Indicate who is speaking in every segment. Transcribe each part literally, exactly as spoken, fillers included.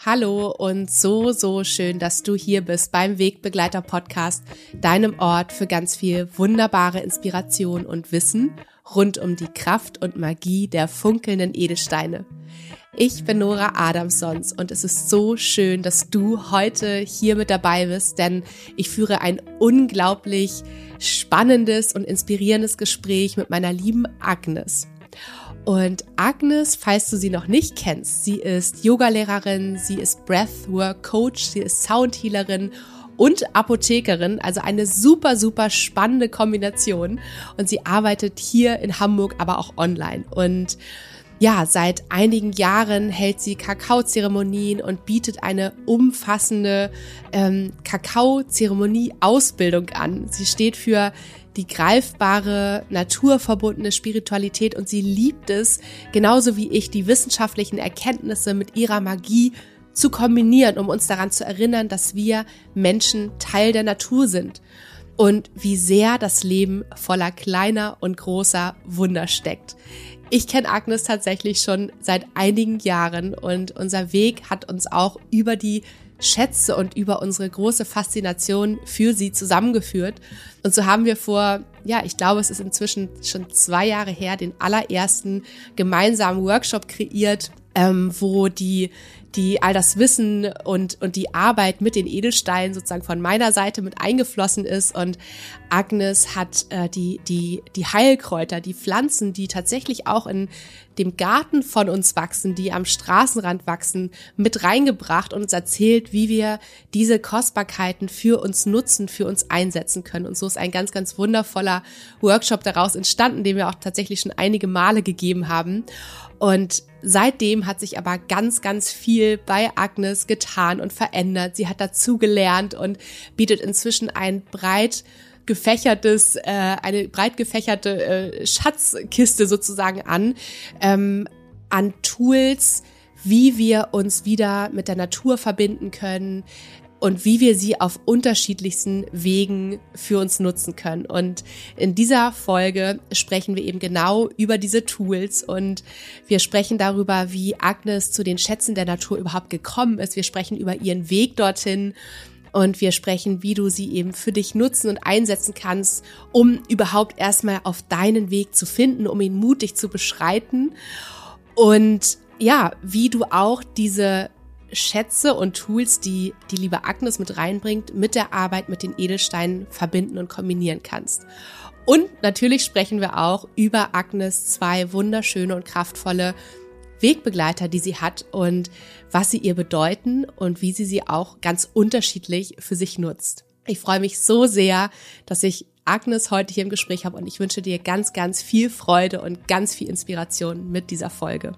Speaker 1: Hallo und so, so schön, dass du hier bist beim Wegbegleiter-Podcast, deinem Ort für ganz viel wunderbare Inspiration und Wissen rund um die Kraft und Magie der funkelnden Edelsteine. Ich bin Nora Adamsons und es ist so schön, dass du heute hier mit dabei bist, denn ich führe ein unglaublich spannendes und inspirierendes Gespräch mit meiner lieben Agnes. Und Agnes, falls du sie noch nicht kennst, sie ist Yogalehrerin, sie ist Breathwork-Coach, sie ist Soundhealerin und Apothekerin, also eine super, super spannende Kombination. Und sie arbeitet hier in Hamburg, aber auch online. Und ja, seit einigen Jahren hält sie Kakaozeremonien und bietet eine umfassende ähm, Kakaozeremonie-Ausbildung an. Sie steht für die greifbare, naturverbundene Spiritualität und sie liebt es, genauso wie ich, die wissenschaftlichen Erkenntnisse mit ihrer Magie zu kombinieren, um uns daran zu erinnern, dass wir Menschen Teil der Natur sind und wie sehr das Leben voller kleiner und großer Wunder steckt. Ich kenne Agnes tatsächlich schon seit einigen Jahren und unser Weg hat uns auch über die Schätze und über unsere große Faszination für sie zusammengeführt. Und so haben wir vor, ja, ich glaube, es ist inzwischen schon zwei Jahre her, den allerersten gemeinsamen Workshop kreiert, ähm, wo die die all das Wissen und und die Arbeit mit den Edelsteinen sozusagen von meiner Seite mit eingeflossen ist und Agnes hat äh, die die die Heilkräuter, die Pflanzen, die tatsächlich auch in dem Garten von uns wachsen, die am Straßenrand wachsen, mit reingebracht und uns erzählt, wie wir diese Kostbarkeiten für uns nutzen, für uns einsetzen können. Und so ist ein ganz, ganz wundervoller Workshop daraus entstanden, den wir auch tatsächlich schon einige Male gegeben haben. Und seitdem hat sich aber ganz, ganz viel bei Agnes getan und verändert. Sie hat dazugelernt und bietet inzwischen ein breit gefächertes, äh, eine breit gefächerte äh, Schatzkiste sozusagen an, ähm, an Tools, wie wir uns wieder mit der Natur verbinden können und wie wir sie auf unterschiedlichsten Wegen für uns nutzen können. Und in dieser Folge sprechen wir eben genau über diese Tools und wir sprechen darüber, wie Agnes zu den Schätzen der Natur überhaupt gekommen ist. Wir sprechen über ihren Weg dorthin und wir sprechen, wie du sie eben für dich nutzen und einsetzen kannst, um überhaupt erstmal auf deinen Weg zu finden, um ihn mutig zu beschreiten. Und ja, wie du auch diese Schätze und Tools, die die liebe Agnes mit reinbringt, mit der Arbeit mit den Edelsteinen verbinden und kombinieren kannst. Und natürlich sprechen wir auch über Agnes zwei wunderschöne und kraftvolle Wegbegleiter, die sie hat und was sie ihr bedeuten und wie sie sie auch ganz unterschiedlich für sich nutzt. Ich freue mich so sehr, dass ich Agnes heute hier im Gespräch habe und ich wünsche dir ganz, ganz viel Freude und ganz viel Inspiration mit dieser Folge.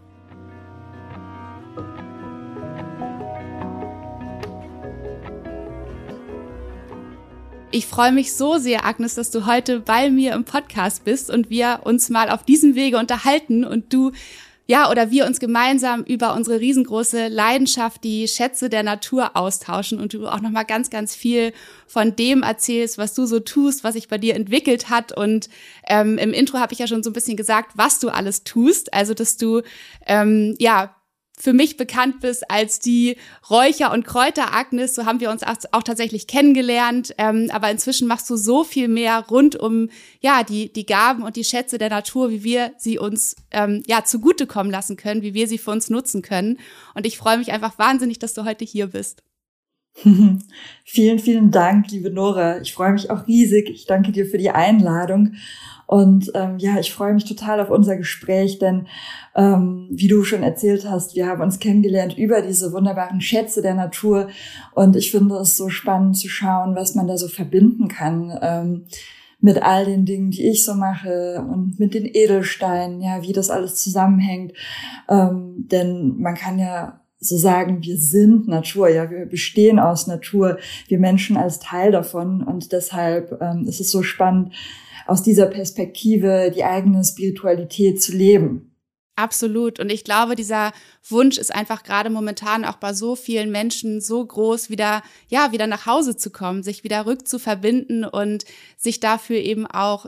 Speaker 1: Ich freue mich so sehr, Agnes, dass du heute bei mir im Podcast bist und wir uns mal auf diesem Wege unterhalten und du, ja, oder wir uns gemeinsam über unsere riesengroße Leidenschaft, die Schätze der Natur austauschen und du auch nochmal ganz, ganz viel von dem erzählst, was du so tust, was sich bei dir entwickelt hat. Und ähm, im Intro habe ich ja schon so ein bisschen gesagt, was du alles tust. Also, dass du, ähm, ja, für mich bekannt bist als die Räucher- und Kräuter-Agnes, so haben wir uns auch, auch tatsächlich kennengelernt, ähm, aber inzwischen machst du so viel mehr rund um ja die die Gaben und die Schätze der Natur, wie wir sie uns ähm, ja zugutekommen lassen können, wie wir sie für uns nutzen können und ich freue mich einfach wahnsinnig, dass du heute hier bist.
Speaker 2: Vielen, vielen Dank, liebe Nora. Ich freue mich auch riesig. Ich danke dir für die Einladung. Und ähm, ja, ich freue mich total auf unser Gespräch, denn ähm, wie du schon erzählt hast, wir haben uns kennengelernt über diese wunderbaren Schätze der Natur. Und ich finde es so spannend zu schauen, was man da so verbinden kann ähm, mit all den Dingen, die ich so mache und mit den Edelsteinen, ja, wie das alles zusammenhängt. Ähm, denn man kann ja so sagen, wir sind Natur, ja, wir bestehen aus Natur, wir Menschen als Teil davon und deshalb ähm, ist es so spannend, aus dieser Perspektive die eigene Spiritualität zu leben.
Speaker 1: Absolut. Und ich glaube, dieser Wunsch ist einfach gerade momentan auch bei so vielen Menschen so groß, wieder, ja, wieder nach Hause zu kommen, sich wieder rückzuverbinden und sich dafür eben auch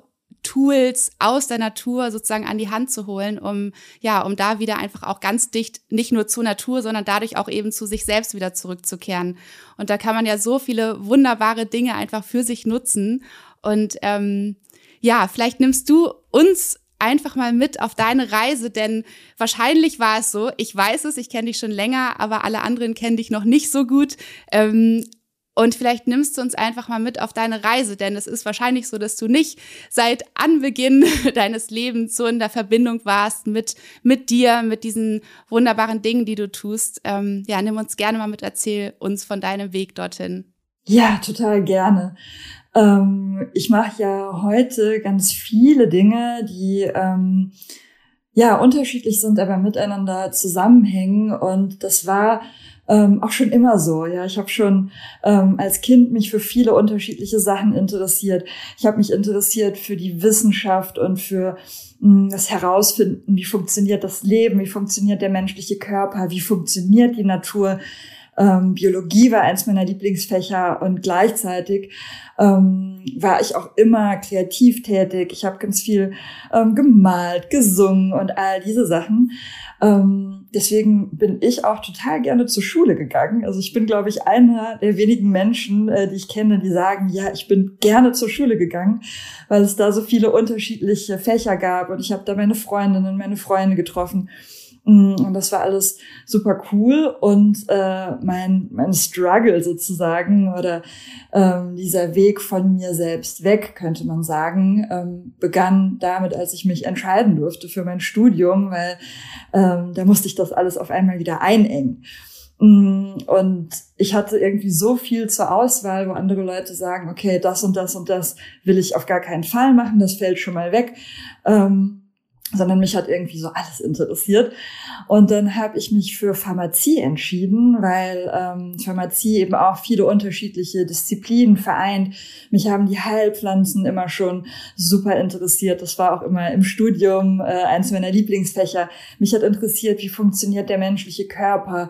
Speaker 3: Tools aus der Natur sozusagen an die Hand zu holen, um ja, um da wieder einfach auch ganz dicht, nicht nur zur Natur, sondern dadurch auch eben zu sich selbst wieder zurückzukehren. Und da kann man ja so viele wunderbare Dinge einfach für sich nutzen. Und ähm, ja, vielleicht nimmst du uns einfach mal mit auf deine Reise, denn wahrscheinlich war es so, ich weiß es, ich kenne dich schon länger, aber alle anderen kennen dich noch nicht so gut. Ähm, Und vielleicht nimmst du uns einfach mal mit auf deine Reise, denn es ist wahrscheinlich so, dass du nicht seit Anbeginn deines Lebens so in der Verbindung warst mit mit dir, mit diesen wunderbaren Dingen, die du tust. Ähm, ja, nimm uns gerne mal mit, erzähl uns von deinem Weg dorthin.
Speaker 2: Ja, total gerne. Ähm, ich mache ja heute ganz viele Dinge, die ähm, ja unterschiedlich sind, aber miteinander zusammenhängen. Und das war Ähm, auch schon immer so, ja. Ich habe schon ähm, als Kind mich für viele unterschiedliche Sachen interessiert. Ich habe mich interessiert für die Wissenschaft und für mh, das Herausfinden, wie funktioniert das Leben, wie funktioniert der menschliche Körper, wie funktioniert die Natur. Ähm, Biologie war eins meiner Lieblingsfächer und gleichzeitig ähm, war ich auch immer kreativ tätig. Ich habe ganz viel ähm, gemalt, gesungen und all diese Sachen. Ähm, deswegen bin ich auch total gerne zur Schule gegangen. Also ich bin, glaube ich, einer der wenigen Menschen, äh, die ich kenne, die sagen, ja, ich bin gerne zur Schule gegangen, weil es da so viele unterschiedliche Fächer gab und ich habe da meine Freundinnen, meine Freunde getroffen. Und das war alles super cool und äh, mein mein Struggle sozusagen oder ähm, dieser Weg von mir selbst weg, könnte man sagen, ähm, begann damit, als ich mich entscheiden durfte für mein Studium, weil ähm, da musste ich das alles auf einmal wieder einengen. Und ich hatte irgendwie so viel zur Auswahl, wo andere Leute sagen, okay, das und das und das will ich auf gar keinen Fall machen, das fällt schon mal weg. Ähm, sondern mich hat irgendwie so alles interessiert. Und dann habe ich mich für Pharmazie entschieden, weil ähm, Pharmazie eben auch viele unterschiedliche Disziplinen vereint. Mich haben die Heilpflanzen immer schon super interessiert. Das war auch immer im Studium äh, eins meiner Lieblingsfächer. Mich hat interessiert, wie funktioniert der menschliche Körper.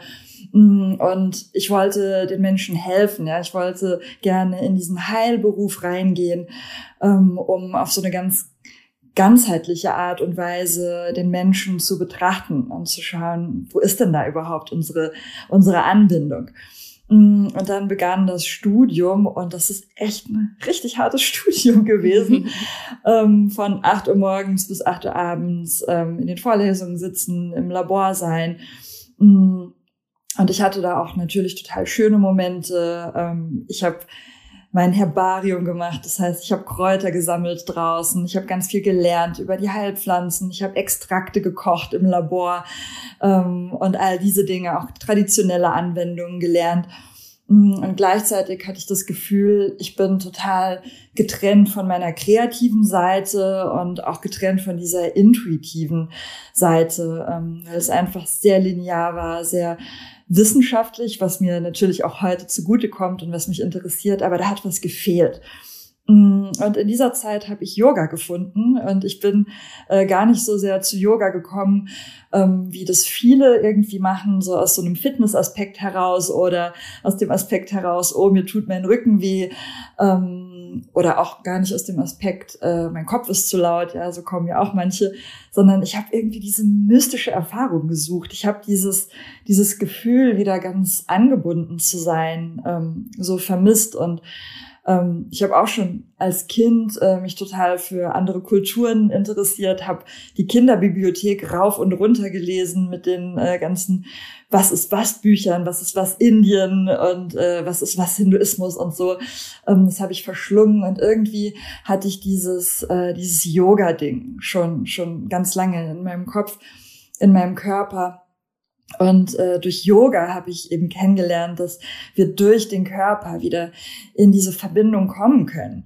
Speaker 2: Und ich wollte den Menschen helfen. Ja, ich wollte gerne in diesen Heilberuf reingehen, ähm, um auf so eine ganz ganzheitliche Art und Weise den Menschen zu betrachten und zu schauen, wo ist denn da überhaupt unsere unsere Anbindung? Und dann begann das Studium und das ist echt ein richtig hartes Studium gewesen. ähm, von acht Uhr morgens bis acht Uhr abends ähm, in den Vorlesungen sitzen, im Labor sein. Und ich hatte da auch natürlich total schöne Momente. Ähm, ich habe mein Herbarium gemacht. Das heißt, ich habe Kräuter gesammelt draußen. Ich habe ganz viel gelernt über die Heilpflanzen. Ich habe Extrakte gekocht im Labor ähm, und all diese Dinge, auch traditionelle Anwendungen gelernt. Und gleichzeitig hatte ich das Gefühl, ich bin total getrennt von meiner kreativen Seite und auch getrennt von dieser intuitiven Seite, ähm, weil es einfach sehr linear war, sehr wissenschaftlich, was mir natürlich auch heute zugutekommt und was mich interessiert, aber da hat was gefehlt. Und in dieser Zeit habe ich Yoga gefunden und ich bin äh, gar nicht so sehr zu Yoga gekommen, ähm, wie das viele irgendwie machen, so aus so einem Fitnessaspekt heraus oder aus dem Aspekt heraus, oh, mir tut mein Rücken weh, ähm, oder auch gar nicht aus dem Aspekt, äh, mein Kopf ist zu laut, ja, so kommen ja auch manche, sondern ich habe irgendwie diese mystische Erfahrung gesucht. Ich habe dieses dieses Gefühl, wieder ganz angebunden zu sein, ähm, so vermisst. Und Ähm, ich habe auch schon als Kind äh, mich total für andere Kulturen interessiert, habe die Kinderbibliothek rauf und runter gelesen mit den äh, ganzen Was ist was Büchern, was ist was Indien und äh, was ist was Hinduismus und so. Ähm, das habe ich verschlungen und irgendwie hatte ich dieses äh, dieses Yoga-Ding schon schon ganz lange in meinem Kopf, in meinem Körper. Und äh, durch Yoga habe ich eben kennengelernt, dass wir durch den Körper wieder in diese Verbindung kommen können.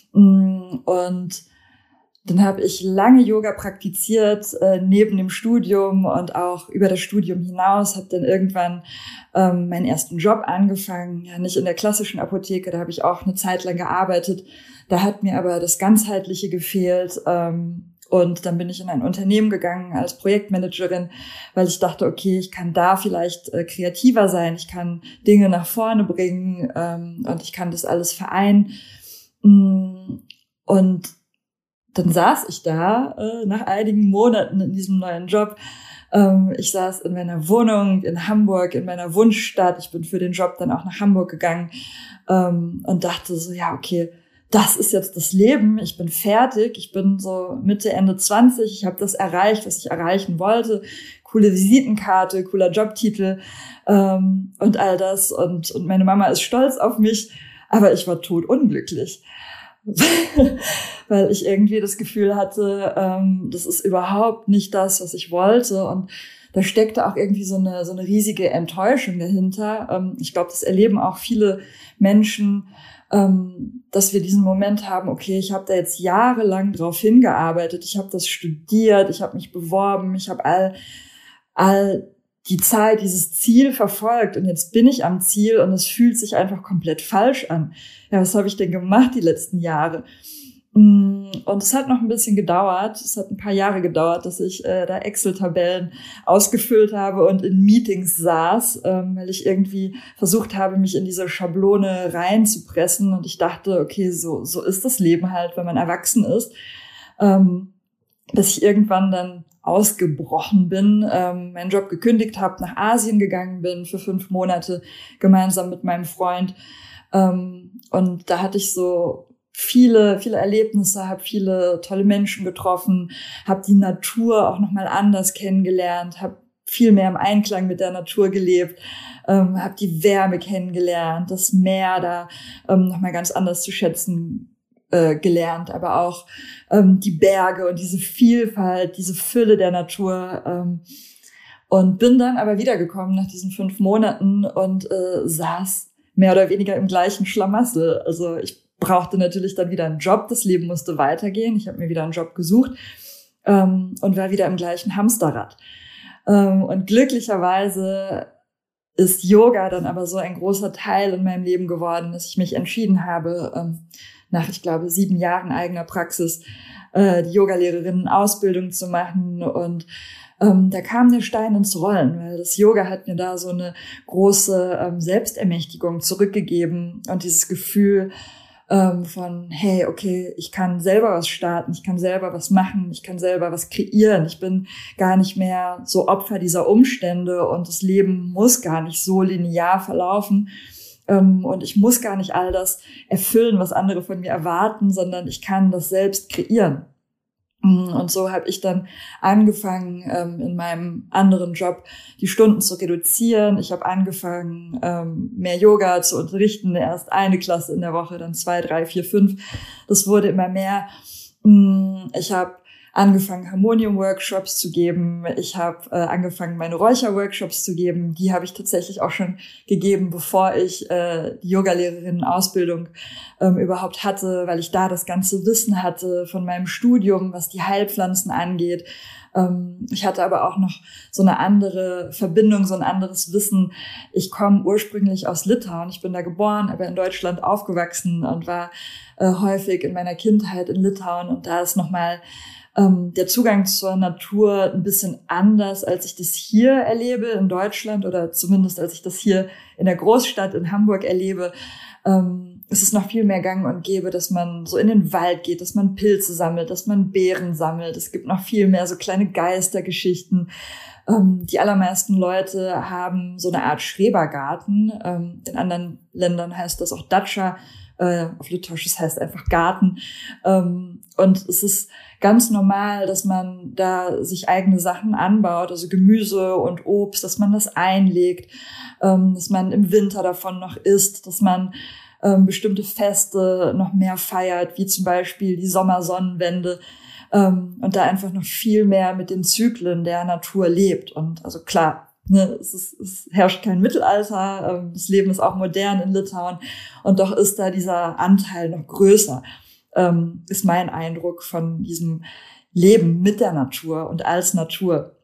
Speaker 2: Und dann habe ich lange Yoga praktiziert, äh, neben dem Studium und auch über das Studium hinaus, habe dann irgendwann ähm, meinen ersten Job angefangen, ja nicht in der klassischen Apotheke, da habe ich auch eine Zeit lang gearbeitet. Da hat mir aber das Ganzheitliche gefehlt. Ähm, Und dann bin ich in ein Unternehmen gegangen als Projektmanagerin, weil ich dachte, okay, ich kann da vielleicht äh, kreativer sein, ich kann Dinge nach vorne bringen ähm, und ich kann das alles vereinen. Und dann saß ich da äh, nach einigen Monaten in diesem neuen Job. Ähm, ich saß in meiner Wohnung in Hamburg, in meiner Wunschstadt. Ich bin für den Job dann auch nach Hamburg gegangen ähm, und dachte so, ja, okay, das ist jetzt das Leben. Ich bin fertig. Ich bin so Mitte, Ende zwanzig. Ich habe das erreicht, was ich erreichen wollte. Coole Visitenkarte, cooler Jobtitel ähm, und all das. Und, und meine Mama ist stolz auf mich, aber ich war totunglücklich. Weil ich irgendwie das Gefühl hatte, ähm, das ist überhaupt nicht das, was ich wollte. Und da steckte auch irgendwie so eine, so eine riesige Enttäuschung dahinter. Ähm, ich glaube, das erleben auch viele Menschen, ähm, dass wir diesen Moment haben, okay, ich habe da jetzt jahrelang drauf hingearbeitet, ich habe das studiert, ich habe mich beworben, ich habe all, all die Zeit, dieses Ziel verfolgt und jetzt bin ich am Ziel und es fühlt sich einfach komplett falsch an. Ja, was habe ich denn gemacht die letzten Jahre? Und es hat noch ein bisschen gedauert, es hat ein paar Jahre gedauert, dass ich äh, da Excel-Tabellen ausgefüllt habe und in Meetings saß, ähm, weil ich irgendwie versucht habe, mich in diese Schablone reinzupressen und ich dachte, okay, so so ist das Leben halt, wenn man erwachsen ist. Ähm, dass ich irgendwann dann ausgebrochen bin, ähm, meinen Job gekündigt habe, nach Asien gegangen bin für fünf Monate gemeinsam mit meinem Freund. Ähm, und da hatte ich so viele, viele Erlebnisse, habe viele tolle Menschen getroffen, habe die Natur auch nochmal anders kennengelernt, habe viel mehr im Einklang mit der Natur gelebt, ähm, habe die Wärme kennengelernt, das Meer da ähm, nochmal ganz anders zu schätzen äh, gelernt, aber auch ähm, die Berge und diese Vielfalt, diese Fülle der Natur. Ähm, und bin dann aber wiedergekommen nach diesen fünf Monaten und äh, saß mehr oder weniger im gleichen Schlamassel. Also ich brauchte natürlich dann wieder einen Job, das Leben musste weitergehen. Ich habe mir wieder einen Job gesucht ähm, und war wieder im gleichen Hamsterrad. Ähm, und glücklicherweise ist Yoga dann aber so ein großer Teil in meinem Leben geworden, dass ich mich entschieden habe, ähm, nach, ich glaube, sieben Jahren eigener Praxis, äh, die Yogalehrerinnen-Ausbildung zu machen. Und ähm, da kam der Stein ins Rollen, weil das Yoga hat mir da so eine große ähm, Selbstermächtigung zurückgegeben und dieses Gefühl ähm, von, hey, okay, ich kann selber was starten, ich kann selber was machen, ich kann selber was kreieren. Ich bin gar nicht mehr so Opfer dieser Umstände und das Leben muss gar nicht so linear verlaufen. Ähm, und ich muss gar nicht all das erfüllen, was andere von mir erwarten, sondern ich kann das selbst kreieren. Und so habe ich dann angefangen, ähm, in meinem anderen Job die Stunden zu reduzieren. Ich habe angefangen, ähm, mehr Yoga zu unterrichten. Erst eine Klasse in der Woche, dann zwei, drei, vier, fünf. Das wurde immer mehr. Ich habe angefangen, Harmonium-Workshops zu geben. Ich habe äh, angefangen, meine Räucher-Workshops zu geben. Die habe ich tatsächlich auch schon gegeben, bevor ich äh, die Yogalehrerinnen-Ausbildung ähm, überhaupt hatte, weil ich da das ganze Wissen hatte von meinem Studium, was die Heilpflanzen angeht. Ähm, ich hatte aber auch noch so eine andere Verbindung, so ein anderes Wissen. Ich komme ursprünglich aus Litauen. Ich bin da geboren, aber in Deutschland aufgewachsen und war äh, häufig in meiner Kindheit in Litauen. Und da ist nochmal Ähm, der Zugang zur Natur ein bisschen anders, als ich das hier erlebe in Deutschland oder zumindest als ich das hier in der Großstadt in Hamburg erlebe. Ähm, es ist noch viel mehr gang und gäbe, dass man so in den Wald geht, dass man Pilze sammelt, dass man Beeren sammelt. Es gibt noch viel mehr so kleine Geistergeschichten. Ähm, die allermeisten Leute haben so eine Art Schrebergarten. Ähm, in anderen Ländern heißt das auch Datscha. Äh, auf Litauisch, das heißt einfach Garten. Ähm, und es ist ganz normal, dass man da sich eigene Sachen anbaut, also Gemüse und Obst, dass man das einlegt, ähm, dass man im Winter davon noch isst, dass man ähm, bestimmte Feste noch mehr feiert, wie zum Beispiel die Sommersonnenwende, ähm, und da einfach noch viel mehr mit den Zyklen der Natur lebt. Und also klar, Ne, es, ist, es herrscht kein Mittelalter, das Leben ist auch modern in Litauen und doch ist da dieser Anteil noch größer, ähm, ist mein Eindruck von diesem Leben mit der Natur und als Natur.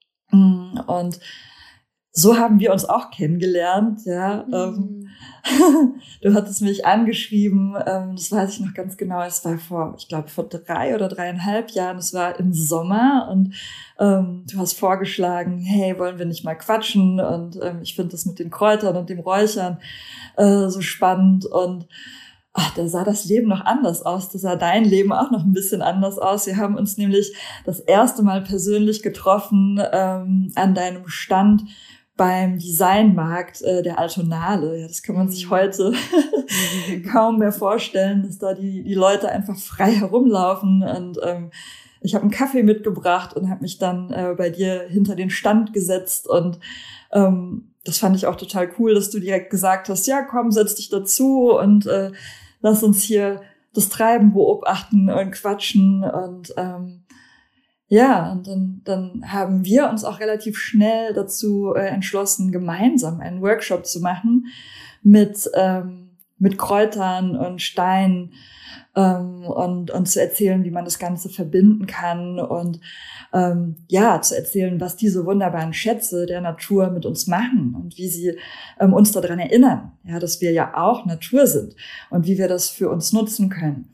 Speaker 2: Und so haben wir uns auch kennengelernt, ja. Mhm. Ähm, du hattest mich angeschrieben, ähm, das weiß ich noch ganz genau, es war vor, ich glaube, vor drei oder dreieinhalb Jahren, es war im Sommer und ähm, du hast vorgeschlagen, hey, wollen wir nicht mal quatschen? Und ähm, ich finde das mit den Kräutern und dem Räuchern äh, so spannend und ach, da sah das Leben noch anders aus, da sah dein Leben auch noch ein bisschen anders aus. Wir haben uns nämlich das erste Mal persönlich getroffen ähm, an deinem Stand beim Designmarkt äh, der Altonale. Ja, das kann man sich heute kaum mehr vorstellen, dass da die, die Leute einfach frei herumlaufen. Und ähm, ich habe einen Kaffee mitgebracht und habe mich dann äh, bei dir hinter den Stand gesetzt. Und ähm, das fand ich auch total cool, dass du direkt gesagt hast, ja komm, setz dich dazu und äh, lass uns hier das Treiben beobachten und quatschen. Und ähm, ja, und dann, dann haben wir uns auch relativ schnell dazu äh, entschlossen, gemeinsam einen Workshop zu machen mit ähm, mit Kräutern und Steinen ähm, und und zu erzählen, wie man das Ganze verbinden kann und ähm, ja, zu erzählen, was diese wunderbaren Schätze der Natur mit uns machen und wie sie ähm, uns daran erinnern, ja, dass wir ja auch Natur sind und wie wir das für uns nutzen können.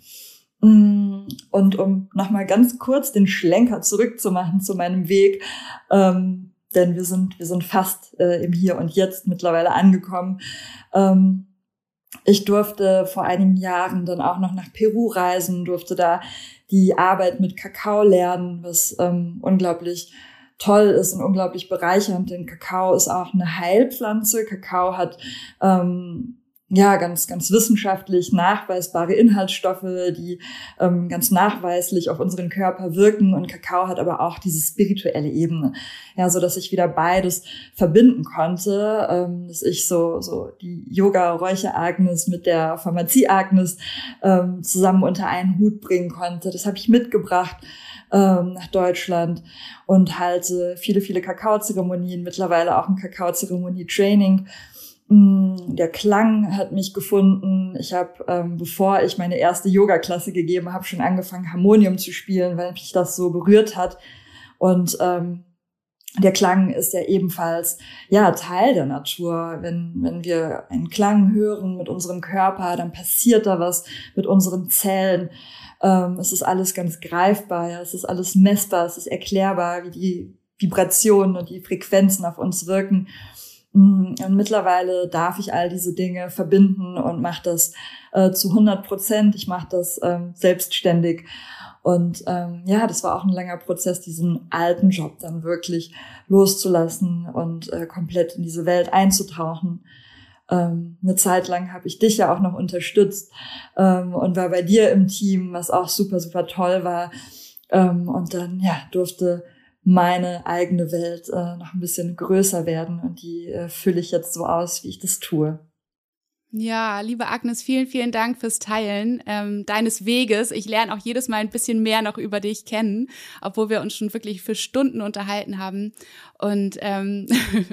Speaker 2: Und um nochmal ganz kurz den Schlenker zurückzumachen zu meinem Weg, ähm, denn wir sind wir sind fast äh, im Hier und Jetzt mittlerweile angekommen. Ähm, ich durfte vor einigen Jahren dann auch noch nach Peru reisen, durfte da die Arbeit mit Kakao lernen, was ähm, unglaublich toll ist und unglaublich bereichernd, denn Kakao ist auch eine Heilpflanze. Kakao hat ähm, ja, ganz, ganz wissenschaftlich nachweisbare Inhaltsstoffe, die ähm, ganz nachweislich auf unseren Körper wirken. Und Kakao hat aber auch diese spirituelle Ebene, ja, so dass ich wieder beides verbinden konnte, ähm, dass ich so, so die Yoga-Räucher-Agnes mit der Pharmazie-Agnes ähm, zusammen unter einen Hut bringen konnte. Das habe ich mitgebracht ähm, nach Deutschland und halte viele, viele Kakaozeremonien, mittlerweile auch ein Kakaozeremonie-Training. Der Klang hat mich gefunden. Ich habe, ähm, bevor ich meine erste Yoga-Klasse gegeben habe, schon angefangen, Harmonium zu spielen, weil mich das so berührt hat. Und ähm, der Klang ist ja ebenfalls ja Teil der Natur. Wenn wenn wir einen Klang hören mit unserem Körper, dann passiert da was mit unseren Zellen. Ähm, es ist alles ganz greifbar, ja, es ist alles messbar, es ist erklärbar, wie die Vibrationen und die Frequenzen auf uns wirken. Und mittlerweile darf ich all diese Dinge verbinden und mache das äh, zu hundert Prozent. Ich mache das ähm, selbstständig. Und ähm, ja, das war auch ein langer Prozess, diesen alten Job dann wirklich loszulassen und äh, komplett in diese Welt einzutauchen. Ähm, eine Zeit lang habe ich dich ja auch noch unterstützt ähm, und war bei dir im Team, was auch super, super toll war. Ähm, und dann ja durfte meine eigene Welt äh, noch ein bisschen größer werden und die äh, fülle ich jetzt so aus, wie ich das tue.
Speaker 3: Ja, liebe Agnes, vielen, vielen Dank fürs Teilen ähm, deines Weges. Ich lerne auch jedes Mal ein bisschen mehr noch über dich kennen, obwohl wir uns schon wirklich für Stunden unterhalten haben. Und ähm,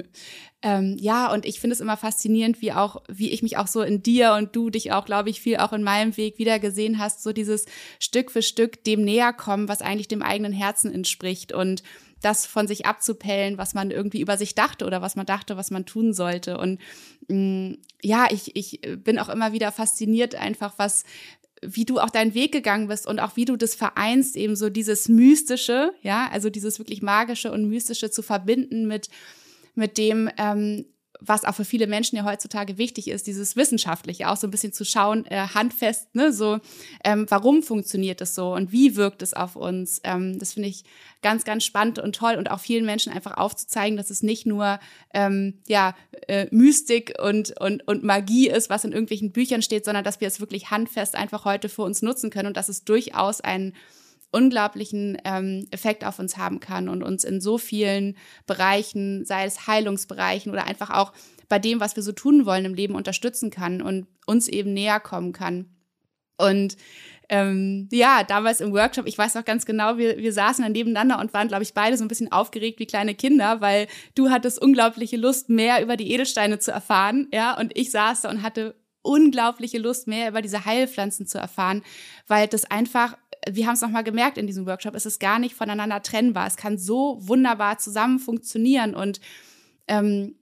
Speaker 3: ähm, ja, und ich finde es immer faszinierend, wie auch, wie ich mich auch so in dir und du dich auch, glaube ich, viel auch in meinem Weg wieder gesehen hast, so dieses Stück für Stück dem näher kommen, was eigentlich dem eigenen Herzen entspricht und das von sich abzupellen, was man irgendwie über sich dachte oder was man dachte, was man tun sollte. Und mh, ja, ich, ich bin auch immer wieder fasziniert einfach, was, wie du auch deinen Weg gegangen bist und auch wie du das vereinst, eben so dieses Mystische, ja, also dieses wirklich Magische und Mystische zu verbinden mit, mit dem, ähm, was auch für viele Menschen ja heutzutage wichtig ist, dieses Wissenschaftliche, auch so ein bisschen zu schauen, äh, handfest, ne, so, ähm, warum funktioniert es so und wie wirkt es auf uns? Ähm, das finde ich ganz, ganz spannend und toll und auch vielen Menschen einfach aufzuzeigen, dass es nicht nur, ähm, ja, äh, Mystik und, und, und Magie ist, was in irgendwelchen Büchern steht, sondern dass wir es wirklich handfest einfach heute für uns nutzen können und dass es durchaus ein unglaublichen ähm, Effekt auf uns haben kann und uns in so vielen Bereichen, sei es Heilungsbereichen oder einfach auch bei dem, was wir so tun wollen im Leben, unterstützen kann und uns eben näher kommen kann. Und ähm, ja, damals im Workshop, ich weiß auch ganz genau, wir, wir saßen dann nebeneinander und waren, glaube ich, beide so ein bisschen aufgeregt wie kleine Kinder, weil du hattest unglaubliche Lust, mehr über die Edelsteine zu erfahren, ja, und ich saß da und hatte unglaubliche Lust, mehr über diese Heilpflanzen zu erfahren, weil das einfach, wir haben es nochmal gemerkt in diesem Workshop, es ist gar nicht voneinander trennbar. Es kann so wunderbar zusammen funktionieren und ähm,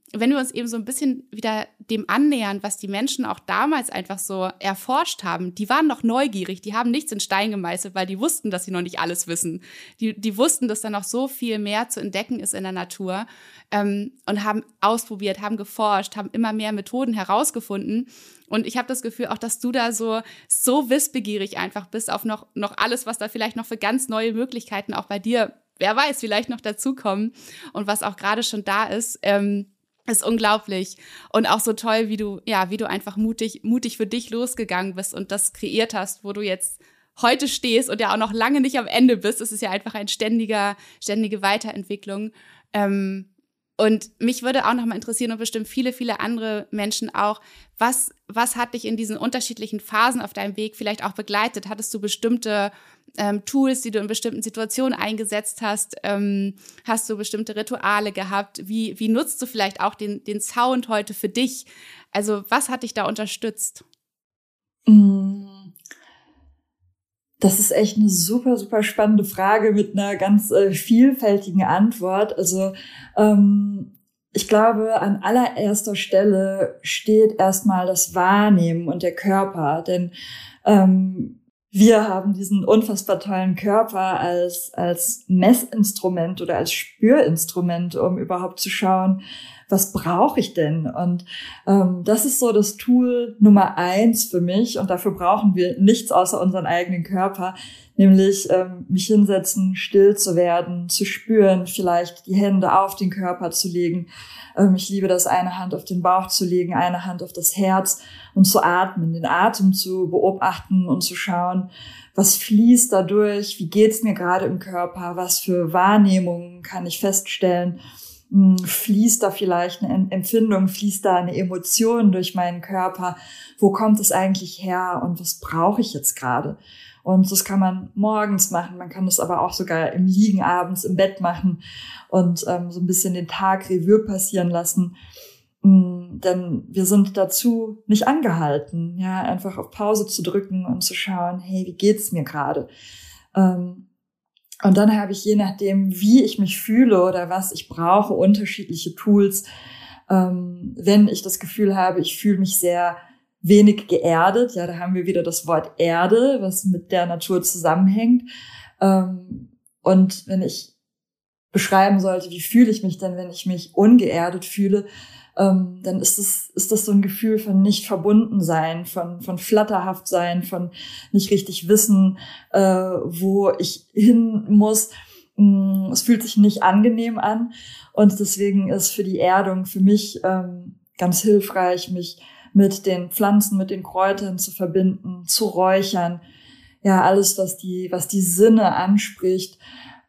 Speaker 3: wenn wir uns eben so ein bisschen wieder dem annähern, was die Menschen auch damals einfach so erforscht haben, die waren noch neugierig, die haben nichts in Stein gemeißelt, weil die wussten, dass sie noch nicht alles wissen. Die, die wussten, dass da noch so viel mehr zu entdecken ist in der Natur, ähm, und haben ausprobiert, haben geforscht, haben immer mehr Methoden herausgefunden. Und ich habe das Gefühl auch, dass du da so, so wissbegierig einfach bist auf noch, noch alles, was da vielleicht noch für ganz neue Möglichkeiten auch bei dir, wer weiß, vielleicht noch dazukommen und was auch gerade schon da ist. Ähm, ist unglaublich und auch so toll, wie du, ja, wie du einfach mutig, mutig für dich losgegangen bist und das kreiert hast, wo du jetzt heute stehst und ja auch noch lange nicht am Ende bist. Es ist ja einfach ein ständiger, ständige Weiterentwicklung. Ähm, und mich würde auch noch mal interessieren und bestimmt viele, viele andere Menschen auch, was, was hat dich in diesen unterschiedlichen Phasen auf deinem Weg vielleicht auch begleitet? Hattest du bestimmte ähm, Tools, die du in bestimmten Situationen eingesetzt hast? Ähm, hast du bestimmte Rituale gehabt? Wie, wie nutzt du vielleicht auch den, den Sound heute für dich? Also was hat dich da unterstützt?
Speaker 2: Das ist echt eine super, super spannende Frage mit einer ganz äh, vielfältigen Antwort. Also ähm, ich glaube, an allererster Stelle steht erstmal das Wahrnehmen und der Körper. Denn ähm, wir haben diesen unfassbar tollen Körper als, als Messinstrument oder als Spürinstrument, um überhaupt zu schauen, was brauche ich denn? Und ähm, das ist so das Tool Nummer eins für mich. Und dafür brauchen wir nichts außer unseren eigenen Körper, nämlich ähm, mich hinsetzen, still zu werden, zu spüren, vielleicht die Hände auf den Körper zu legen. Ähm, ich liebe das, eine Hand auf den Bauch zu legen, eine Hand auf das Herz und zu atmen, den Atem zu beobachten und zu schauen, was fließt dadurch, wie geht's mir gerade im Körper, was für Wahrnehmungen kann ich feststellen. Fließt da vielleicht eine Empfindung, fließt da eine Emotion durch meinen Körper? Wo kommt es eigentlich her und was brauche ich jetzt gerade? Und das kann man morgens machen, man kann das aber auch sogar im Liegen abends im Bett machen und ähm, so ein bisschen den Tag Revue passieren lassen. Ähm, denn wir sind dazu nicht angehalten, ja, einfach auf Pause zu drücken und zu schauen, hey, wie geht's mir gerade? Ähm, Und dann habe ich, je nachdem, wie ich mich fühle oder was ich brauche, unterschiedliche Tools. Ähm, wenn ich das Gefühl habe, ich fühle mich sehr wenig geerdet, ja, da haben wir wieder das Wort Erde, was mit der Natur zusammenhängt. Ähm, und wenn ich beschreiben sollte, wie fühle ich mich denn, wenn ich mich ungeerdet fühle, ähm, dann ist das, ist das so ein Gefühl von nicht verbunden sein, von, von flatterhaft sein, von nicht richtig wissen, äh, wo ich hin muss. Es fühlt sich nicht angenehm an. Und deswegen ist für die Erdung für mich ähm, ganz hilfreich, mich mit den Pflanzen, mit den Kräutern zu verbinden, zu räuchern. Ja, alles, was die, was die Sinne anspricht.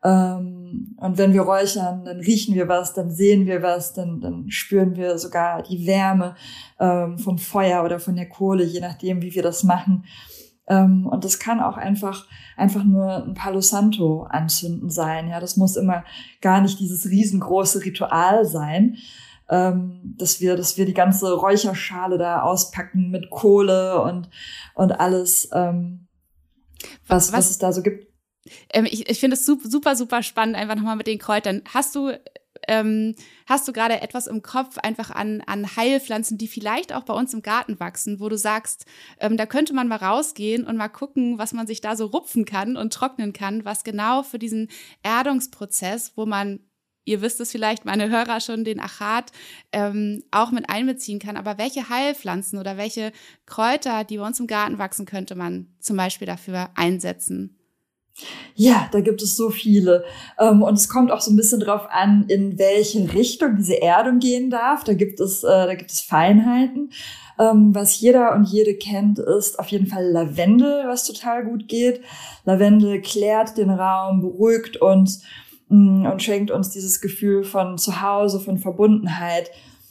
Speaker 2: Ähm, und wenn wir räuchern, dann riechen wir was, dann sehen wir was, dann, dann spüren wir sogar die Wärme ähm, vom Feuer oder von der Kohle, je nachdem, wie wir das machen. Ähm, und das kann auch einfach, einfach nur ein Palo Santo anzünden sein. Ja, das muss immer gar nicht dieses riesengroße Ritual sein, ähm, dass wir, dass wir die ganze Räucherschale da auspacken mit Kohle und, und alles, ähm, was, was, was es da so gibt.
Speaker 3: Ähm, ich ich finde es super, super spannend, einfach nochmal mit den Kräutern. Hast du, ähm, hast du gerade etwas im Kopf einfach an, an Heilpflanzen, die vielleicht auch bei uns im Garten wachsen, wo du sagst, ähm, da könnte man mal rausgehen und mal gucken, was man sich da so rupfen kann und trocknen kann, was genau für diesen Erdungsprozess, wo man, ihr wisst es vielleicht, meine Hörer schon, den Achat ähm, auch mit einbeziehen kann. Aber welche Heilpflanzen oder welche Kräuter, die bei uns im Garten wachsen, könnte man zum Beispiel dafür einsetzen?
Speaker 2: Ja, da gibt es so viele. Und es kommt auch so ein bisschen drauf an, in welche Richtung diese Erdung gehen darf. Da gibt es, da gibt es Feinheiten. Was jeder und jede kennt, ist auf jeden Fall Lavendel, was total gut geht. Lavendel klärt den Raum, beruhigt uns und schenkt uns dieses Gefühl von Zuhause, von Verbundenheit.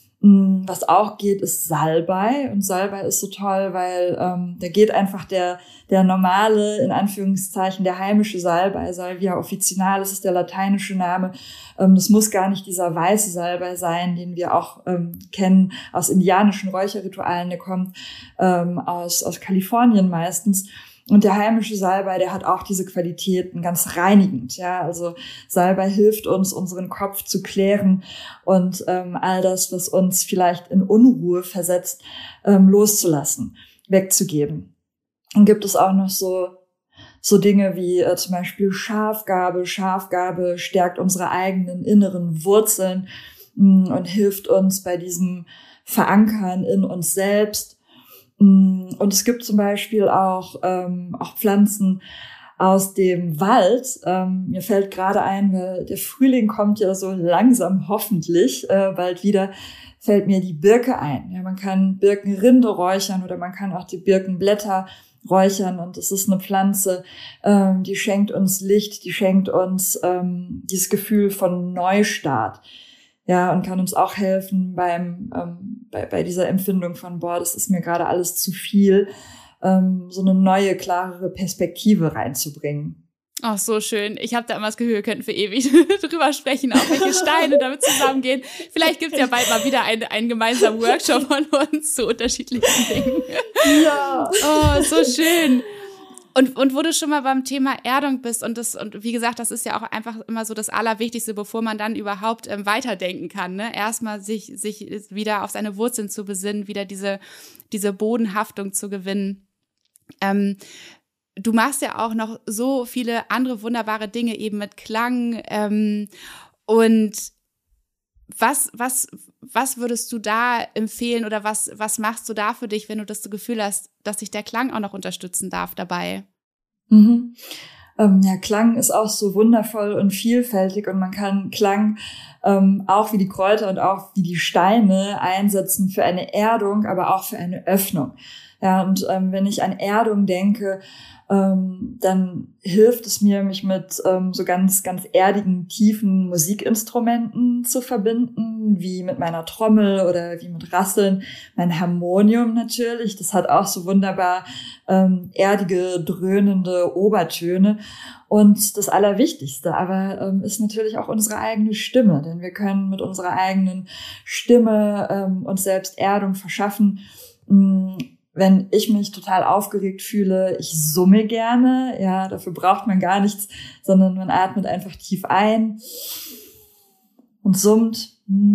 Speaker 2: Was auch geht, ist Salbei. Und Salbei ist so toll, weil ähm, da geht einfach der der normale, in Anführungszeichen, der heimische Salbei, Salvia officinalis ist der lateinische Name. Ähm, das muss gar nicht dieser weiße Salbei sein, den wir auch ähm, kennen aus indianischen Räucherritualen. Der kommt ähm, aus aus Kalifornien meistens. Und der heimische Salbei, der hat auch diese Qualitäten, ganz reinigend. Ja, also Salbei hilft uns, unseren Kopf zu klären und ähm, all das, was uns vielleicht in Unruhe versetzt, ähm, loszulassen, wegzugeben. Dann gibt es auch noch so so Dinge wie äh, zum Beispiel Schafgarbe. Schafgarbe stärkt unsere eigenen inneren Wurzeln mh, und hilft uns bei diesem Verankern in uns selbst. Und es gibt zum Beispiel auch, ähm, auch Pflanzen aus dem Wald. Ähm, mir fällt gerade ein, weil der Frühling kommt ja so langsam hoffentlich äh, bald wieder, fällt mir die Birke ein. Ja, man kann Birkenrinde räuchern oder man kann auch die Birkenblätter räuchern. Und es ist eine Pflanze, ähm, die schenkt uns Licht, die schenkt uns ähm, dieses Gefühl von Neustart. Ja, und kann uns auch helfen beim ähm, bei, bei dieser Empfindung von, boah, das ist mir gerade alles zu viel, ähm, so eine neue, klarere Perspektive reinzubringen.
Speaker 3: Ach, so schön. Ich habe da immer das Gefühl, wir könnten für ewig drüber sprechen, auch welche Steine damit zusammengehen. Vielleicht gibt's ja bald mal wieder einen, einen gemeinsamen Workshop von uns zu unterschiedlichen Dingen.
Speaker 2: Ja.
Speaker 3: Oh, so schön. Und, und wo du schon mal beim Thema Erdung bist und das, und wie gesagt, das ist ja auch einfach immer so das Allerwichtigste, bevor man dann überhaupt ähm, weiterdenken kann, ne? Erstmal sich, sich wieder auf seine Wurzeln zu besinnen, wieder diese, diese Bodenhaftung zu gewinnen. Ähm, du machst ja auch noch so viele andere wunderbare Dinge eben mit Klang, ähm, und Was, was, was würdest du da empfehlen oder was, was machst du da für dich, wenn du das Gefühl hast, dass sich der Klang auch noch unterstützen darf dabei?
Speaker 2: Mhm. Ähm, ja, Klang ist auch so wundervoll und vielfältig und man kann Klang ähm, auch wie die Kräuter und auch wie die Steine einsetzen für eine Erdung, aber auch für eine Öffnung. Ja, und ähm, wenn ich an Erdung denke, ähm, dann hilft es mir, mich mit ähm, so ganz, ganz erdigen, tiefen Musikinstrumenten zu verbinden, wie mit meiner Trommel oder wie mit Rasseln. Mein Harmonium natürlich, das hat auch so wunderbar ähm, erdige, dröhnende Obertöne. Und das Allerwichtigste aber ähm, ist natürlich auch unsere eigene Stimme, denn wir können mit unserer eigenen Stimme ähm, uns selbst Erdung verschaffen. Mh, Wenn ich mich total aufgeregt fühle, ich summe gerne, ja, dafür braucht man gar nichts, sondern man atmet einfach tief ein und summt,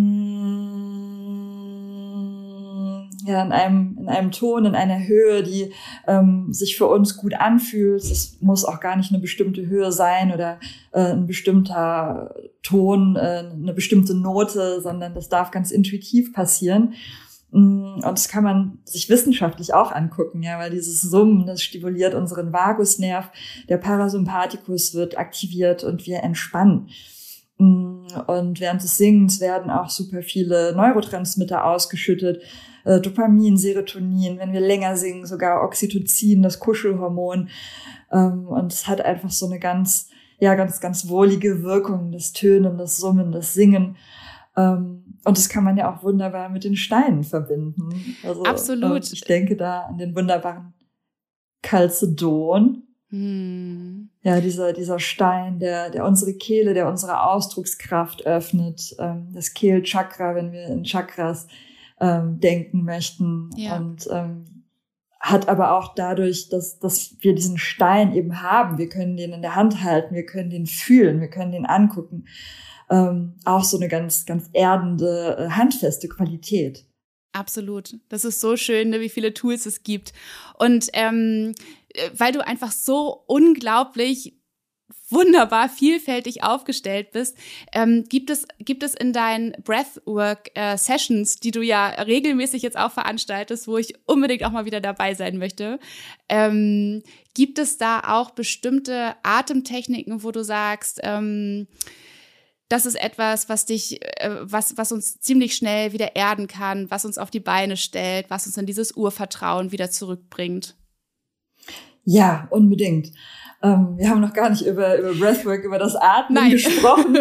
Speaker 2: ja, in einem, in einem Ton, in einer Höhe, die ähm, sich für uns gut anfühlt. Es muss auch gar nicht eine bestimmte Höhe sein oder äh, ein bestimmter Ton, äh, eine bestimmte Note, sondern das darf ganz intuitiv passieren. Und das kann man sich wissenschaftlich auch angucken, ja, weil dieses Summen, das stimuliert unseren Vagusnerv, der Parasympathikus wird aktiviert und wir entspannen. Und während des Singens werden auch super viele Neurotransmitter ausgeschüttet, äh, Dopamin, Serotonin, wenn wir länger singen, sogar Oxytocin, das Kuschelhormon. Ähm, und es hat einfach so eine ganz, ja, ganz, ganz wohlige Wirkung, das Tönen, das Summen, das Singen. Ähm, Und das kann man ja auch wunderbar mit den Steinen verbinden. Also,
Speaker 3: absolut.
Speaker 2: Ich denke da an den wunderbaren Chalcedon.
Speaker 3: Hm.
Speaker 2: Ja, dieser, dieser Stein, der, der unsere Kehle, der unsere Ausdruckskraft öffnet. Das Kehlchakra, wenn wir in Chakras ähm, denken möchten.
Speaker 3: Ja.
Speaker 2: Und ähm, hat aber auch dadurch, dass, dass wir diesen Stein eben haben. Wir können den in der Hand halten, wir können den fühlen, wir können den angucken. Ähm, auch so eine ganz, ganz erdende, äh, handfeste Qualität.
Speaker 3: Absolut. Das ist so schön, ne, wie viele Tools es gibt. Und ähm, weil du einfach so unglaublich wunderbar vielfältig aufgestellt bist, ähm, gibt es gibt es in deinen Breathwork-Sessions, äh, die du ja regelmäßig jetzt auch veranstaltest, wo ich unbedingt auch mal wieder dabei sein möchte, ähm, gibt es da auch bestimmte Atemtechniken, wo du sagst, ähm, das ist etwas, was dich, äh, was, was uns ziemlich schnell wieder erden kann, was uns auf die Beine stellt, was uns in dieses Urvertrauen wieder zurückbringt?
Speaker 2: Ja, unbedingt. Ähm, wir haben noch gar nicht über, über Breathwork, über das Atmen
Speaker 3: Nein.
Speaker 2: gesprochen.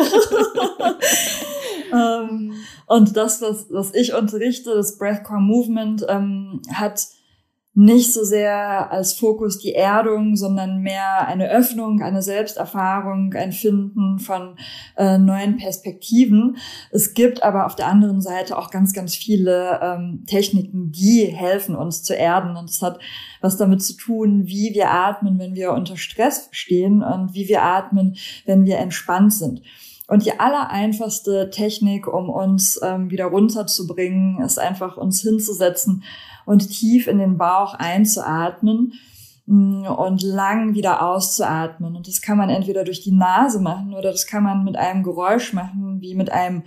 Speaker 2: ähm, und das, was, was ich unterrichte, das Breathcore Movement, ähm, hat nicht so sehr als Fokus die Erdung, sondern mehr eine Öffnung, eine Selbsterfahrung, ein Finden von äh, neuen Perspektiven. Es gibt aber auf der anderen Seite auch ganz, ganz viele ähm, Techniken, die helfen uns zu erden. Und es hat was damit zu tun, wie wir atmen, wenn wir unter Stress stehen und wie wir atmen, wenn wir entspannt sind. Und die allereinfachste Technik, um uns ähm, wieder runterzubringen, ist einfach uns hinzusetzen und tief in den Bauch einzuatmen und lang wieder auszuatmen. Und das kann man entweder durch die Nase machen oder das kann man mit einem Geräusch machen, wie mit einem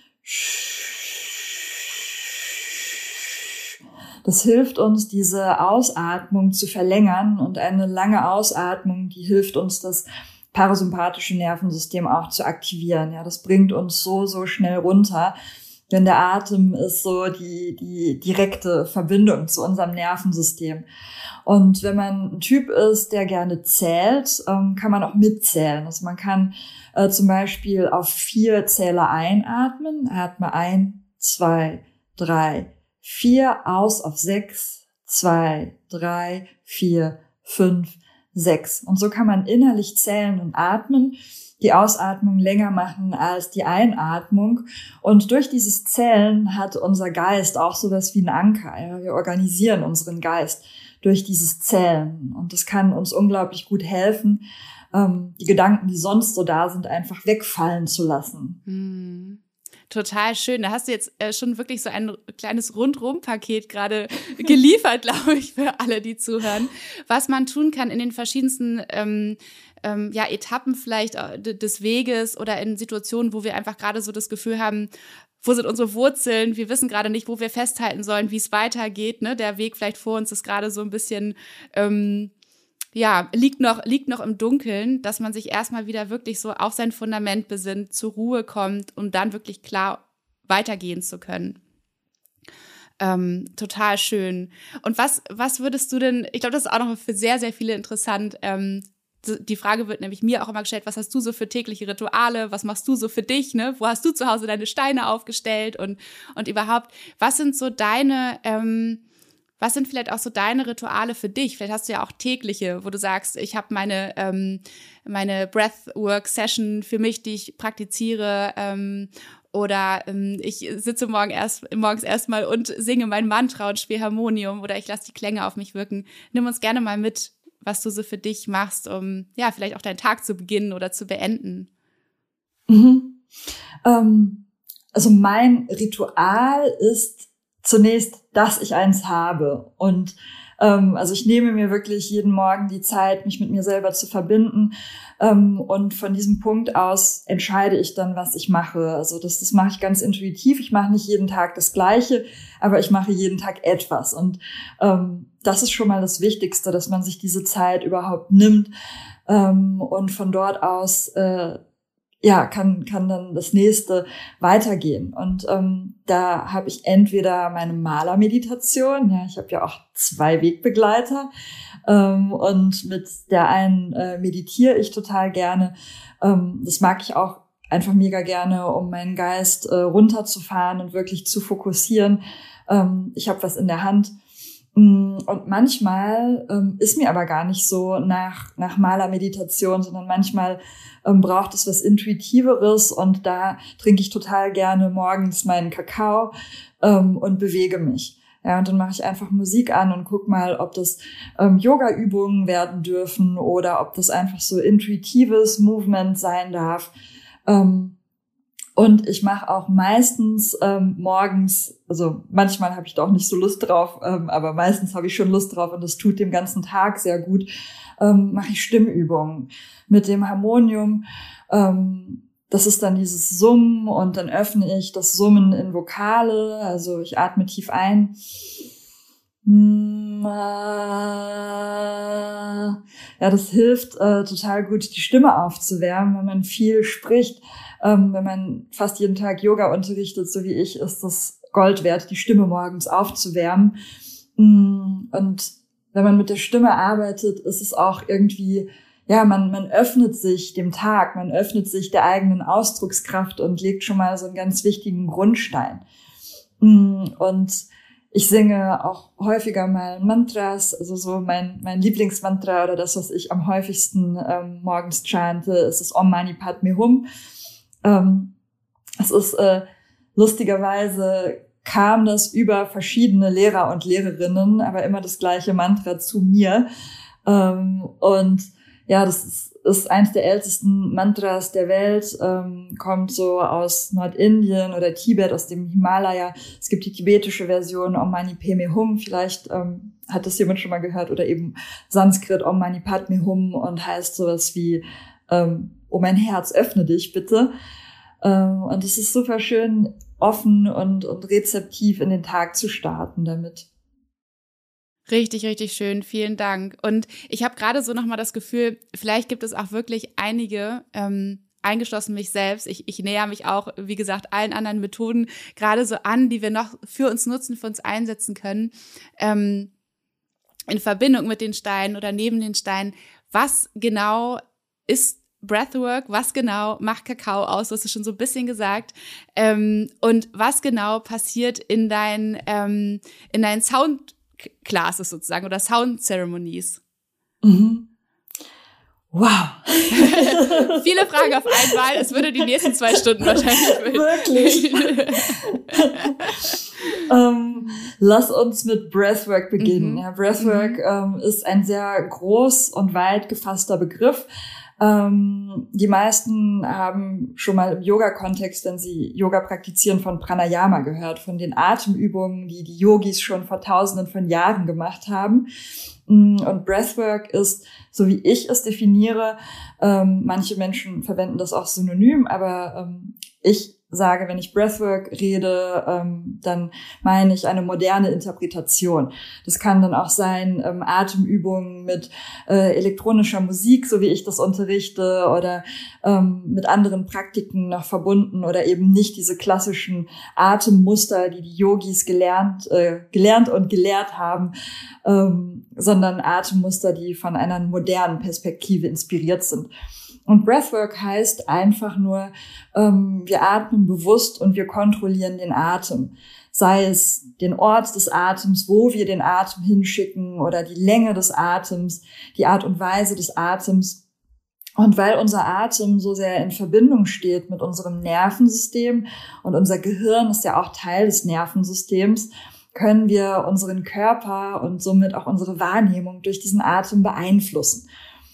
Speaker 2: Das hilft uns, diese Ausatmung zu verlängern, und eine lange Ausatmung, die hilft uns, das parasympathische Nervensystem auch zu aktivieren. Ja, das bringt uns so, so schnell runter. Denn der Atem ist so die, die direkte Verbindung zu unserem Nervensystem. Und wenn man ein Typ ist, der gerne zählt, ähm, kann man auch mitzählen. Also man kann äh, zum Beispiel auf vier Zähler einatmen. Atme ein, zwei, drei, vier. Aus auf sechs, zwei, drei, vier, fünf, sechs. Und so kann man innerlich zählen und atmen, die Ausatmung länger machen als die Einatmung. Und durch dieses Zählen hat unser Geist auch sowas wie einen Anker. Ja? Wir organisieren unseren Geist durch dieses Zählen. Und das kann uns unglaublich gut helfen, ähm, die Gedanken, die sonst so da sind, einfach wegfallen zu lassen.
Speaker 3: Hm. Total schön. Da hast du jetzt äh, schon wirklich so ein kleines Rundrum-Paket gerade geliefert, glaube ich, für alle, die zuhören. Was man tun kann in den verschiedensten ähm, ähm, ja, Etappen vielleicht des Weges oder in Situationen, wo wir einfach gerade so das Gefühl haben, wo sind unsere Wurzeln? Wir wissen gerade nicht, wo wir festhalten sollen, wie es weitergeht. Ne? Der Weg vielleicht vor uns ist gerade so ein bisschen ähm, ja, liegt noch, liegt noch im Dunkeln, dass man sich erstmal wieder wirklich so auf sein Fundament besinnt, zur Ruhe kommt, um dann wirklich klar weitergehen zu können. Ähm, total schön. Und was, was würdest du denn, ich glaube, das ist auch noch für sehr, sehr viele interessant. Ähm, die Frage wird nämlich mir auch immer gestellt, was hast du so für tägliche Rituale? Was machst du so für dich? Ne? Wo hast du zu Hause deine Steine aufgestellt? Und, und überhaupt, was sind so deine, ähm, Was sind vielleicht auch so deine Rituale für dich? Vielleicht hast du ja auch tägliche, wo du sagst, ich habe meine ähm, meine Breathwork-Session für mich, die ich praktiziere, ähm, oder ähm, ich sitze morgen erst, morgens erstmal und singe mein Mantra und spiele Harmonium, oder ich lasse die Klänge auf mich wirken. Nimm uns gerne mal mit, was du so für dich machst, um ja vielleicht auch deinen Tag zu beginnen oder zu beenden.
Speaker 2: Mhm. Ähm, also mein Ritual ist zunächst, dass ich eins habe. Und ähm, also ich nehme mir wirklich jeden Morgen die Zeit, mich mit mir selber zu verbinden. Ähm, und von diesem Punkt aus entscheide ich dann, was ich mache. Also das, das mache ich ganz intuitiv. Ich mache nicht jeden Tag das Gleiche, aber ich mache jeden Tag etwas. Und ähm, das ist schon mal das Wichtigste, dass man sich diese Zeit überhaupt nimmt. Ähm, und von dort aus äh, ja, kann kann dann das nächste weitergehen. Und ähm, da habe ich entweder meine Malermeditation, ja, ich habe ja auch zwei Wegbegleiter, ähm, und mit der einen äh, meditiere ich total gerne. Ähm, das mag ich auch einfach mega gerne, um meinen Geist äh, runterzufahren und wirklich zu fokussieren. Ähm, ich habe was in der Hand. Und manchmal ähm, ist mir aber gar nicht so nach nach Malermeditation, sondern manchmal ähm, braucht es was Intuitiveres, und da trinke ich total gerne morgens meinen Kakao ähm, und bewege mich. Ja, und dann mache ich einfach Musik an und guck mal, ob das ähm, Yoga-Übungen werden dürfen oder ob das einfach so intuitives Movement sein darf. Ähm, Und ich mache auch meistens ähm, morgens, also manchmal habe ich da auch nicht so Lust drauf, ähm, aber meistens habe ich schon Lust drauf, und das tut dem ganzen Tag sehr gut, ähm, mache ich Stimmübungen mit dem Harmonium. Ähm, das ist dann dieses Summen, und dann öffne ich das Summen in Vokale, also ich atme tief ein. Ja, das hilft äh, total gut, die Stimme aufzuwärmen, wenn man viel spricht. Ähm, wenn man fast jeden Tag Yoga unterrichtet, so wie ich, ist das Gold wert, die Stimme morgens aufzuwärmen. Und wenn man mit der Stimme arbeitet, ist es auch irgendwie, ja, man, man öffnet sich dem Tag, man öffnet sich der eigenen Ausdruckskraft und legt schon mal so einen ganz wichtigen Grundstein. Und Ich singe auch häufiger mal Mantras, also so mein mein Lieblingsmantra oder das, was ich am häufigsten ähm, morgens chante, ist das Om Mani Padme Hum. Ähm, es ist äh, lustigerweise kam das über verschiedene Lehrer und Lehrerinnen, aber immer das gleiche Mantra zu mir. Ähm, und ja, das ist, ist eins der ältesten Mantras der Welt, ähm, kommt so aus Nordindien oder Tibet, aus dem Himalaya. Es gibt die tibetische Version Om Mani Padme Hum, vielleicht ähm, hat das jemand schon mal gehört, oder eben Sanskrit Om Mani Padme Hum und heißt sowas wie ähm, oh mein Herz, öffne dich bitte. Ähm, und es ist super schön, offen und, und rezeptiv in den Tag zu starten damit.
Speaker 3: Richtig, richtig schön. Vielen Dank. Und ich habe gerade so nochmal das Gefühl, vielleicht gibt es auch wirklich einige, ähm, eingeschlossen mich selbst. Ich, ich näher mich auch, wie gesagt, allen anderen Methoden gerade so an, die wir noch für uns nutzen, für uns einsetzen können, ähm, in Verbindung mit den Steinen oder neben den Steinen. Was genau ist Breathwork, was genau macht Kakao aus, du hast es schon so ein bisschen gesagt, ähm, und was genau passiert in deinen, ähm, in deinen Sound-Classes sozusagen oder Sound-Ceremonies?
Speaker 2: Mhm. Wow.
Speaker 3: Viele Fragen auf einmal, es würde die nächsten zwei Stunden wahrscheinlich füllen.
Speaker 2: Wirklich. ähm, lass uns mit Breathwork beginnen.
Speaker 3: Mhm.
Speaker 2: Ja, Breathwork mhm. ähm, ist ein sehr groß und weit gefasster Begriff. Ähm, die meisten haben schon mal im Yoga-Kontext, wenn sie Yoga praktizieren, von Pranayama gehört, von den Atemübungen, die die Yogis schon vor Tausenden von Jahren gemacht haben. Und Breathwork ist, so wie ich es definiere, ähm, manche Menschen verwenden das auch synonym, aber ähm, ich sage, wenn ich Breathwork rede, ähm, dann meine ich eine moderne Interpretation. Das kann dann auch sein ähm, Atemübungen mit äh, elektronischer Musik, so wie ich das unterrichte, oder ähm, mit anderen Praktiken noch verbunden, oder eben nicht diese klassischen Atemmuster, die die Yogis gelernt, äh, gelernt und gelehrt haben, ähm, sondern Atemmuster, die von einer modernen Perspektive inspiriert sind. Und Breathwork heißt einfach nur, ähm, wir atmen bewusst und wir kontrollieren den Atem. Sei es den Ort des Atems, wo wir den Atem hinschicken, oder die Länge des Atems, die Art und Weise des Atems. Und weil unser Atem so sehr in Verbindung steht mit unserem Nervensystem, und unser Gehirn ist ja auch Teil des Nervensystems, können wir unseren Körper und somit auch unsere Wahrnehmung durch diesen Atem beeinflussen.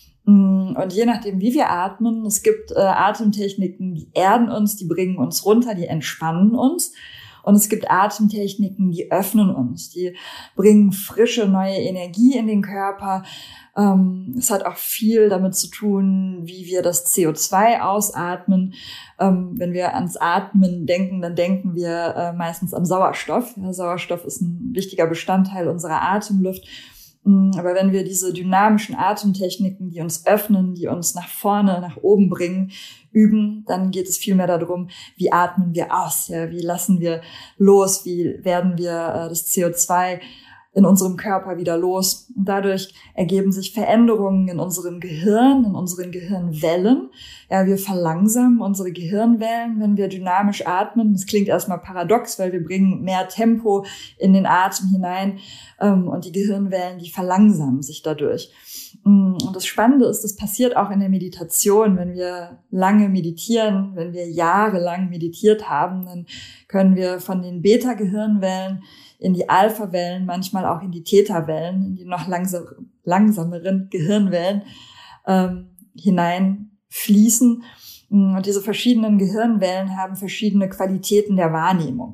Speaker 2: Und je nachdem, wie wir atmen, es gibt äh, Atemtechniken, die erden uns, die bringen uns runter, die entspannen uns. Und es gibt Atemtechniken, die öffnen uns, die bringen frische, neue Energie in den Körper. Ähm, es hat auch viel damit zu tun, wie wir das C O zwei ausatmen. Ähm, wenn wir ans Atmen denken, dann denken wir äh, meistens an Sauerstoff. Ja, Sauerstoff ist ein wichtiger Bestandteil unserer Atemluft. Aber wenn wir diese dynamischen Atemtechniken, die uns öffnen, die uns nach vorne, nach oben bringen, üben, dann geht es vielmehr darum, wie atmen wir aus, ja, wie lassen wir los, wie werden wir äh, das C O zwei in unserem Körper wieder los. Und dadurch ergeben sich Veränderungen in unserem Gehirn, in unseren Gehirnwellen. Ja, wir verlangsamen unsere Gehirnwellen, wenn wir dynamisch atmen. Das klingt erstmal paradox, weil wir bringen mehr Tempo in den Atem hinein, ähm, und die Gehirnwellen, die verlangsamen sich dadurch. Und das Spannende ist, das passiert auch in der Meditation. Wenn wir lange meditieren, wenn wir jahrelang meditiert haben, dann können wir von den Beta-Gehirnwellen in die Alpha-Wellen, manchmal auch in die Theta-Wellen, in die noch langsam, langsameren Gehirnwellen ähm, hineinfließen. Und diese verschiedenen Gehirnwellen haben verschiedene Qualitäten der Wahrnehmung.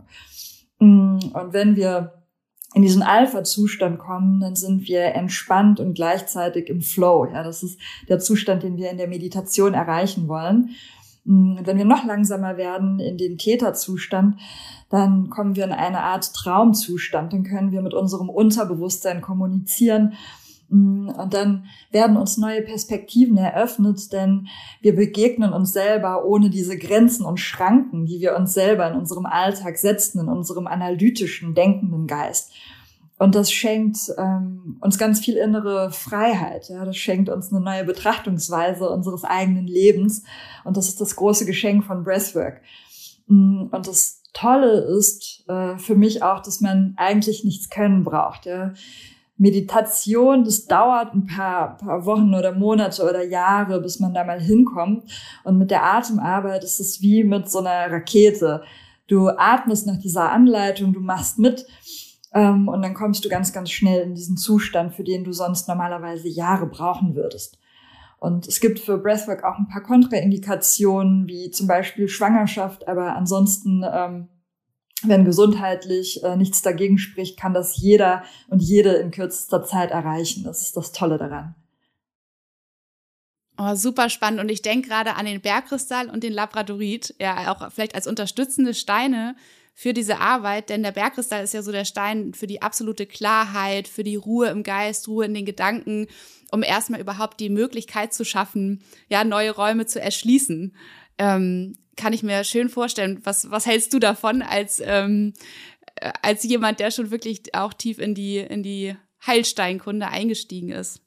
Speaker 2: Und wenn wir in diesen Alpha-Zustand kommen, dann sind wir entspannt und gleichzeitig im Flow. Ja, das ist der Zustand, den wir in der Meditation erreichen wollen. Und wenn wir noch langsamer werden in den Theta-Zustand, dann kommen wir in eine Art Traumzustand. Dann können wir mit unserem Unterbewusstsein kommunizieren. Und dann werden uns neue Perspektiven eröffnet, denn wir begegnen uns selber ohne diese Grenzen und Schranken, die wir uns selber in unserem Alltag setzen, in unserem analytischen, denkenden Geist. Und das schenkt ähm, uns ganz viel innere Freiheit. Ja, das schenkt uns eine neue Betrachtungsweise unseres eigenen Lebens. Und das ist das große Geschenk von Breathwork. Und das Tolle ist äh, für mich auch, dass man eigentlich nichts können braucht. Ja. Meditation, das dauert ein paar, paar Wochen oder Monate oder Jahre, bis man da mal hinkommt. Und mit der Atemarbeit ist es wie mit so einer Rakete. Du atmest nach dieser Anleitung, du machst mit ähm, und dann kommst du ganz, ganz schnell in diesen Zustand, für den du sonst normalerweise Jahre brauchen würdest. Und es gibt für Breathwork auch ein paar Kontraindikationen, wie zum Beispiel Schwangerschaft, aber ansonsten, ähm, wenn gesundheitlich äh, nichts dagegen spricht, kann das jeder und jede in kürzester Zeit erreichen. Das ist das Tolle daran.
Speaker 3: Oh, super spannend. Und ich denke gerade an den Bergkristall und den Labradorit, ja, auch vielleicht als unterstützende Steine für diese Arbeit, denn der Bergkristall ist ja so der Stein für die absolute Klarheit, für die Ruhe im Geist, Ruhe in den Gedanken, um erstmal überhaupt die Möglichkeit zu schaffen, ja, neue Räume zu erschließen. Ähm, kann ich mir schön vorstellen. Was, was hältst du davon als, ähm, als jemand, der schon wirklich auch tief in die, in die Heilsteinkunde eingestiegen ist?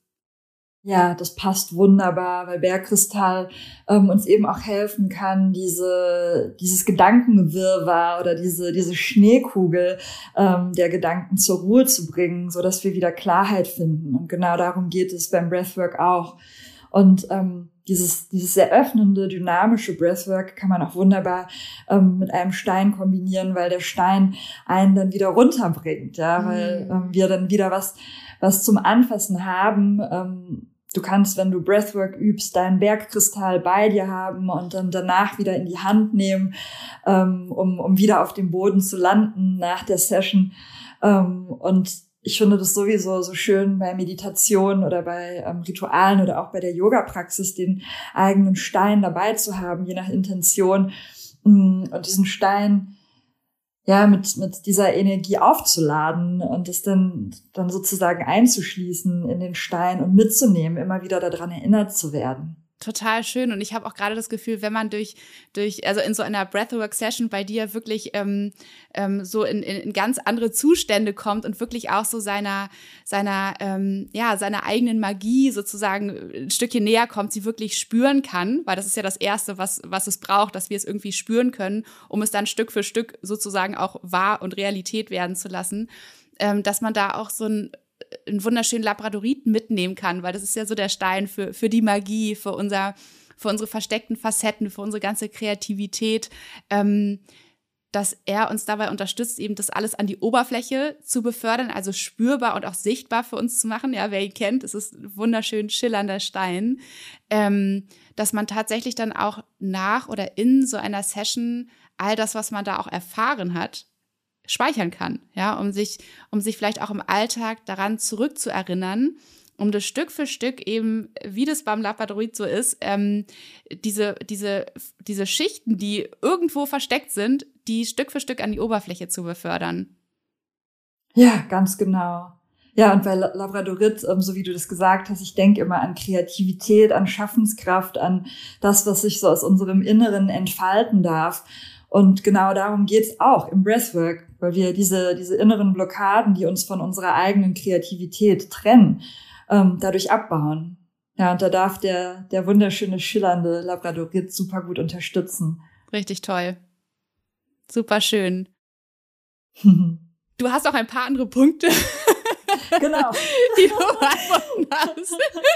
Speaker 2: Ja, das passt wunderbar, weil Bergkristall ähm, uns eben auch helfen kann, diese dieses Gedankenwirrwarr oder diese diese Schneekugel ähm, der Gedanken zur Ruhe zu bringen, so dass wir wieder Klarheit finden. Und genau darum geht es beim Breathwork auch. Und ähm, dieses dieses sehr öffnende, dynamische Breathwork kann man auch wunderbar ähm, mit einem Stein kombinieren, weil der Stein einen dann wieder runterbringt, ja, weil ähm, wir dann wieder was was zum Anfassen haben. Ähm, du kannst, wenn du Breathwork übst, deinen Bergkristall bei dir haben und dann danach wieder in die Hand nehmen, ähm, um um wieder auf dem Boden zu landen nach der Session. Ähm, und ich finde das sowieso so schön bei Meditation oder bei ähm, Ritualen oder auch bei der Yoga-Praxis, den eigenen Stein dabei zu haben, je nach Intention, und diesen Stein ja, mit, mit dieser Energie aufzuladen und das dann, dann sozusagen einzuschließen in den Stein und mitzunehmen, immer wieder daran erinnert zu werden.
Speaker 3: Total schön. Und ich habe auch gerade das Gefühl, wenn man durch, durch, also in so einer Breathwork-Session bei dir wirklich ähm, ähm, so in, in, in ganz andere Zustände kommt und wirklich auch so seiner, seiner, ähm, ja, seiner eigenen Magie sozusagen ein Stückchen näher kommt, sie wirklich spüren kann, weil das ist ja das Erste, was, was es braucht, dass wir es irgendwie spüren können, um es dann Stück für Stück sozusagen auch wahr und Realität werden zu lassen, ähm, dass man da auch so ein einen wunderschönen Labradorit mitnehmen kann, weil das ist ja so der Stein für für die Magie, für unser für unsere versteckten Facetten, für unsere ganze Kreativität, ähm, dass er uns dabei unterstützt, eben das alles an die Oberfläche zu befördern, also spürbar und auch sichtbar für uns zu machen. Ja, wer ihn kennt, es ist ein wunderschön schillernder Stein, ähm, dass man tatsächlich dann auch nach oder in so einer Session all das, was man da auch erfahren hat, speichern kann, ja, um sich, um sich vielleicht auch im Alltag daran zurückzuerinnern, um das Stück für Stück eben, wie das beim Labradorit so ist, ähm, diese, diese, diese Schichten, die irgendwo versteckt sind, die Stück für Stück an die Oberfläche zu befördern.
Speaker 2: Ja, ganz genau. Ja, und bei Labradorit, ähm, so wie du das gesagt hast, ich denke immer an Kreativität, an Schaffenskraft, an das, was sich so aus unserem Inneren entfalten darf. Und genau darum geht's auch im Breathwork, weil wir diese diese inneren Blockaden, die uns von unserer eigenen Kreativität trennen, ähm, dadurch abbauen. Ja, und da darf der der wunderschöne, schillernde Labradorit super gut unterstützen.
Speaker 3: Richtig toll. Super schön. Du hast auch ein paar andere Punkte.
Speaker 2: Genau.
Speaker 3: Die du beantworten hast.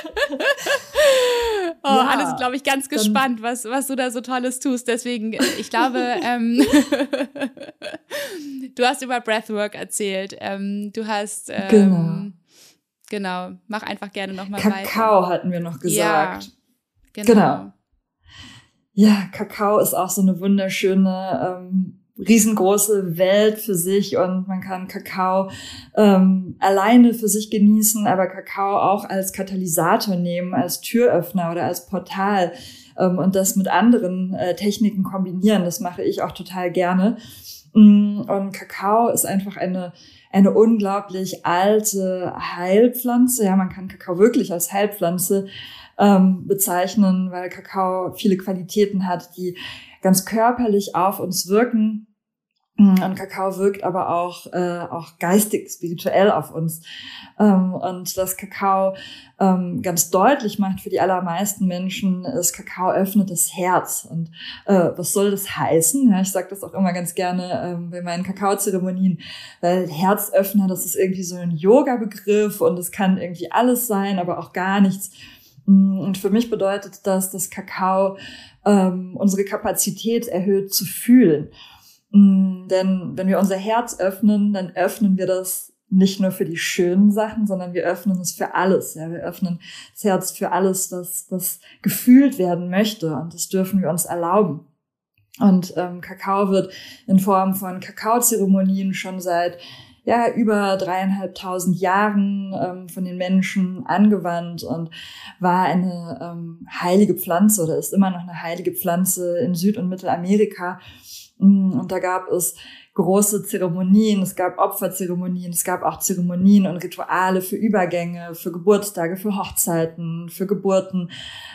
Speaker 3: Oh, ja, alles, glaube ich, ganz gespannt, was, was du da so Tolles tust. Deswegen, ich glaube, ähm, du hast über Breathwork erzählt. Ähm, du hast, ähm,
Speaker 2: genau.
Speaker 3: Genau, mach einfach gerne nochmal weiter.
Speaker 2: Kakao hatten wir noch gesagt.
Speaker 3: Ja, genau.
Speaker 2: genau. Ja, Kakao ist auch so eine wunderschöne, ähm, riesengroße Welt für sich und man kann Kakao ähm, alleine für sich genießen, aber Kakao auch als Katalysator nehmen, als Türöffner oder als Portal ähm, und das mit anderen äh, Techniken kombinieren. Das mache ich auch total gerne. Und Kakao ist einfach eine eine unglaublich alte Heilpflanze. Ja, man kann Kakao wirklich als Heilpflanze ähm, bezeichnen, weil Kakao viele Qualitäten hat, die ganz körperlich auf uns wirken. Und Kakao wirkt aber auch äh, auch geistig, spirituell auf uns. Ähm, und was Kakao ähm, ganz deutlich macht für die allermeisten Menschen, ist, Kakao öffnet das Herz. Und äh, was soll das heißen? Ja, ich sage das auch immer ganz gerne ähm, bei meinen Kakaozeremonien, weil Herzöffner, das ist irgendwie so ein Yoga-Begriff und es kann irgendwie alles sein, aber auch gar nichts. Und für mich bedeutet das, dass Kakao ähm, unsere Kapazität erhöht zu fühlen. Denn wenn wir unser Herz öffnen, dann öffnen wir das nicht nur für die schönen Sachen, sondern wir öffnen es für alles. Ja, wir öffnen das Herz für alles, was, was gefühlt werden möchte. Und das dürfen wir uns erlauben. Und ähm, Kakao wird in Form von Kakaozeremonien schon seit ja über dreieinhalbtausend Jahren ähm, von den Menschen angewandt und war eine ähm, heilige Pflanze oder ist immer noch eine heilige Pflanze in Süd- und Mittelamerika. Und da gab es große Zeremonien, es gab Opferzeremonien, es gab auch Zeremonien und Rituale für Übergänge, für Geburtstage, für Hochzeiten, für Geburten.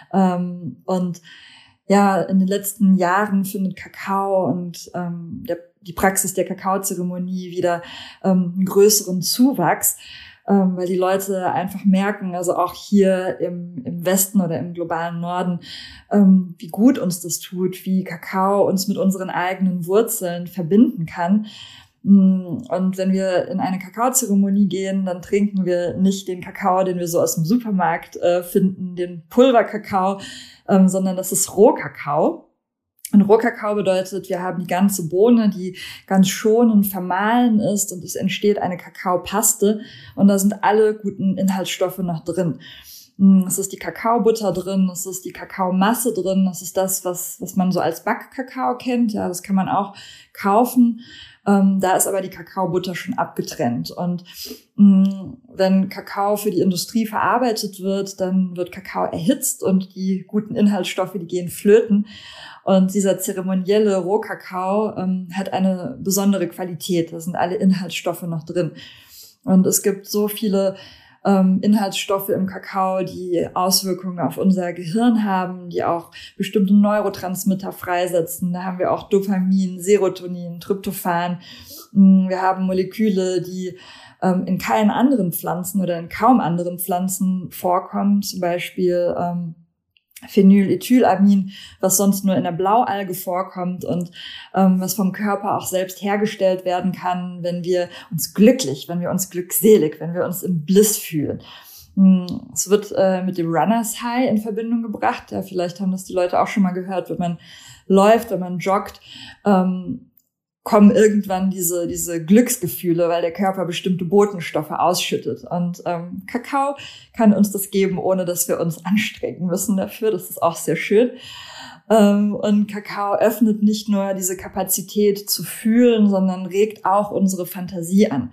Speaker 2: Und ja, in den letzten Jahren findet Kakao und ähm, der, die Praxis der Kakaozeremonie wieder ähm, einen größeren Zuwachs, ähm, weil die Leute einfach merken, also auch hier im, im Westen oder im globalen Norden, ähm, wie gut uns das tut, wie Kakao uns mit unseren eigenen Wurzeln verbinden kann. Und wenn wir in eine Kakaozeremonie gehen, dann trinken wir nicht den Kakao, den wir so aus dem Supermarkt äh, finden, den Pulverkakao, ähm, sondern das ist Rohkakao. Und Rohkakao bedeutet, wir haben die ganze Bohne, die ganz schonend vermahlen ist und es entsteht eine Kakaopaste und da sind alle guten Inhaltsstoffe noch drin. Es ist die Kakaobutter drin, es ist die Kakaomasse drin, das ist das, was was man so als Backkakao kennt. Ja, das kann man auch kaufen. Ähm, da ist aber die Kakaobutter schon abgetrennt. Und mh, wenn Kakao für die Industrie verarbeitet wird, dann wird Kakao erhitzt und die guten Inhaltsstoffe, die gehen flöten. Und dieser zeremonielle Rohkakao ähm, hat eine besondere Qualität. Da sind alle Inhaltsstoffe noch drin. Und es gibt so viele ähm, Inhaltsstoffe im Kakao, die Auswirkungen auf unser Gehirn haben, die auch bestimmte Neurotransmitter freisetzen. Da haben wir auch Dopamin, Serotonin, Tryptophan. Wir haben Moleküle, die ähm, in keinen anderen Pflanzen oder in kaum anderen Pflanzen vorkommen. Zum Beispiel ähm, Phenylethylamin, was sonst nur in der Blaualge vorkommt und ähm, was vom Körper auch selbst hergestellt werden kann, wenn wir uns glücklich, wenn wir uns glückselig, wenn wir uns im Bliss fühlen. Es wird äh, mit dem Runners High in Verbindung gebracht. Ja, vielleicht haben das die Leute auch schon mal gehört, wenn man läuft, wenn man joggt, ähm, kommen irgendwann diese diese Glücksgefühle, weil der Körper bestimmte Botenstoffe ausschüttet. Und ähm, Kakao kann uns das geben, ohne dass wir uns anstrengen müssen dafür. Das ist auch sehr schön. Ähm, und Kakao öffnet nicht nur diese Kapazität zu fühlen, sondern regt auch unsere Fantasie an.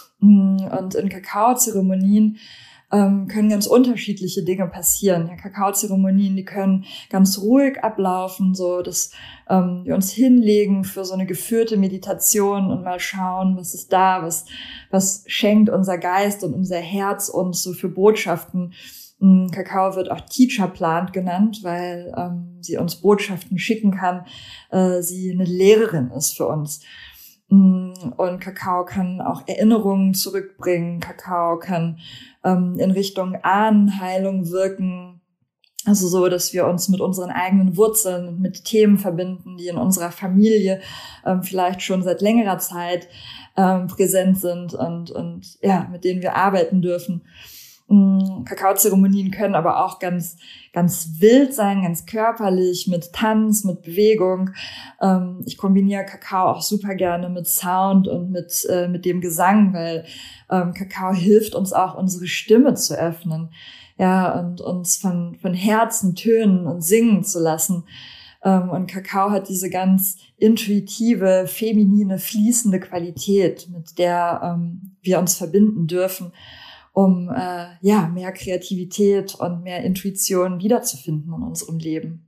Speaker 2: Und in Kakaozeremonien ähm, können ganz unterschiedliche Dinge passieren. Ja, Kakaozeremonien, die können ganz ruhig ablaufen, so dass ähm, wir uns hinlegen für so eine geführte Meditation und mal schauen, was ist da, was was schenkt unser Geist und unser Herz uns so für Botschaften. Ähm, Kakao wird auch Teacher Plant genannt, weil ähm, sie uns Botschaften schicken kann. Äh, sie eine Lehrerin ist für uns. Und Kakao kann auch Erinnerungen zurückbringen. Kakao kann ähm, in Richtung Ahnenheilung wirken. Also so, dass wir uns mit unseren eigenen Wurzeln und mit Themen verbinden, die in unserer Familie ähm, vielleicht schon seit längerer Zeit ähm, präsent sind und, und ja, mit denen wir arbeiten dürfen. Kakaozeremonien können aber auch ganz ganz wild sein, ganz körperlich, mit Tanz, mit Bewegung. Ähm, ich kombiniere Kakao auch super gerne mit Sound und mit äh, mit dem Gesang, weil ähm, Kakao hilft uns auch, unsere Stimme zu öffnen, ja, und uns von von Herzen tönen und singen zu lassen. Ähm, und Kakao hat diese ganz intuitive, feminine, fließende Qualität, mit der ähm, wir uns verbinden dürfen, um äh, ja mehr Kreativität und mehr Intuition wiederzufinden in unserem Leben.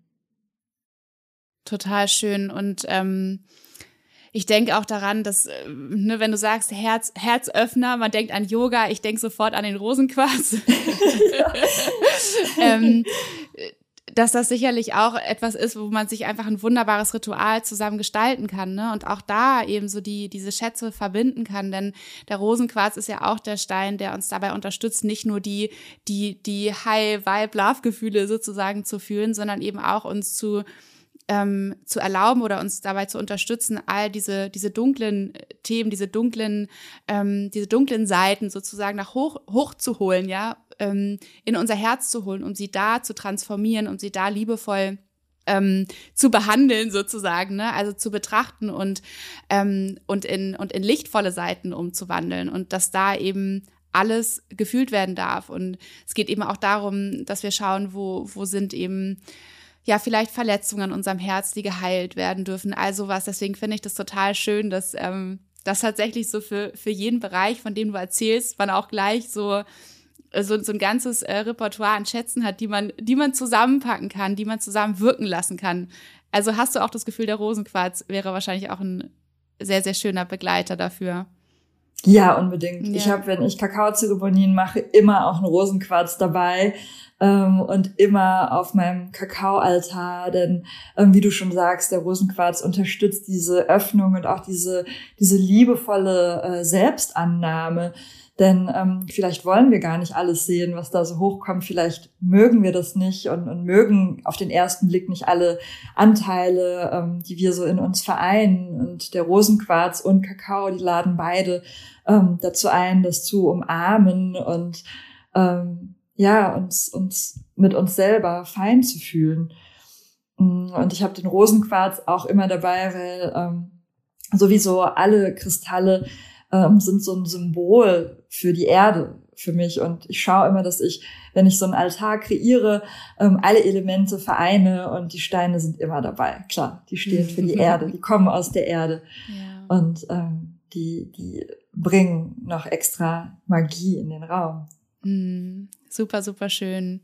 Speaker 3: Total schön. Und ähm, ich denke auch daran, dass, äh, ne, wenn du sagst Herz, Herzöffner, man denkt an Yoga, ich denke sofort an den Rosenquarz. ähm, dass das sicherlich auch etwas ist, wo man sich einfach ein wunderbares Ritual zusammen gestalten kann, ne? Und auch da eben so die diese Schätze verbinden kann, denn der Rosenquarz ist ja auch der Stein, der uns dabei unterstützt, nicht nur die die die High-Vibe-Love-Gefühle sozusagen zu fühlen, sondern eben auch uns zu ähm, zu erlauben oder uns dabei zu unterstützen, all diese diese dunklen Themen, diese dunklen ähm, diese dunklen Seiten sozusagen nach hoch hochzuholen, ja, ähm, in unser Herz zu holen, um sie da zu transformieren, um sie da liebevoll ähm, zu behandeln sozusagen, ne, also zu betrachten und ähm, und in und in lichtvolle Seiten umzuwandeln und dass da eben alles gefühlt werden darf. Und es geht eben auch darum, dass wir schauen, wo wo sind eben ja, vielleicht Verletzungen an unserem Herz, die geheilt werden dürfen, all sowas. Deswegen finde ich das total schön, dass ähm, das tatsächlich so für für jeden Bereich, von dem du erzählst, man auch gleich so so, so ein ganzes äh, Repertoire an Schätzen hat, die man die man zusammenpacken kann, die man zusammen wirken lassen kann. Also hast du auch das Gefühl, der Rosenquarz wäre wahrscheinlich auch ein sehr, sehr schöner Begleiter dafür.
Speaker 2: Ja, unbedingt.
Speaker 3: Ja.
Speaker 2: Ich habe, wenn ich Kakaozeremonien mache, immer auch einen Rosenquarz dabei ähm, und immer auf meinem Kakaoaltar, denn ähm, wie du schon sagst, der Rosenquarz unterstützt diese Öffnung und auch diese diese liebevolle äh, Selbstannahme. Denn ähm, vielleicht wollen wir gar nicht alles sehen, was da so hochkommt. Vielleicht mögen wir das nicht und, und mögen auf den ersten Blick nicht alle Anteile, ähm, die wir so in uns vereinen. Und der Rosenquarz und Kakao, die laden beide ähm, dazu ein, das zu umarmen und ähm, ja uns uns mit uns selber fein zu fühlen. Und ich habe den Rosenquarz auch immer dabei, weil ähm, sowieso alle Kristalle ähm, sind so ein Symbol für die Erde für mich. Und ich schaue immer, dass ich, wenn ich so einen Altar kreiere, ähm, alle Elemente vereine und die Steine sind immer dabei. Klar, die stehen für die Erde, die kommen aus der Erde.
Speaker 3: Ja.
Speaker 2: Und ähm, die, die bringen noch extra Magie in den Raum.
Speaker 3: Mm, super, super schön.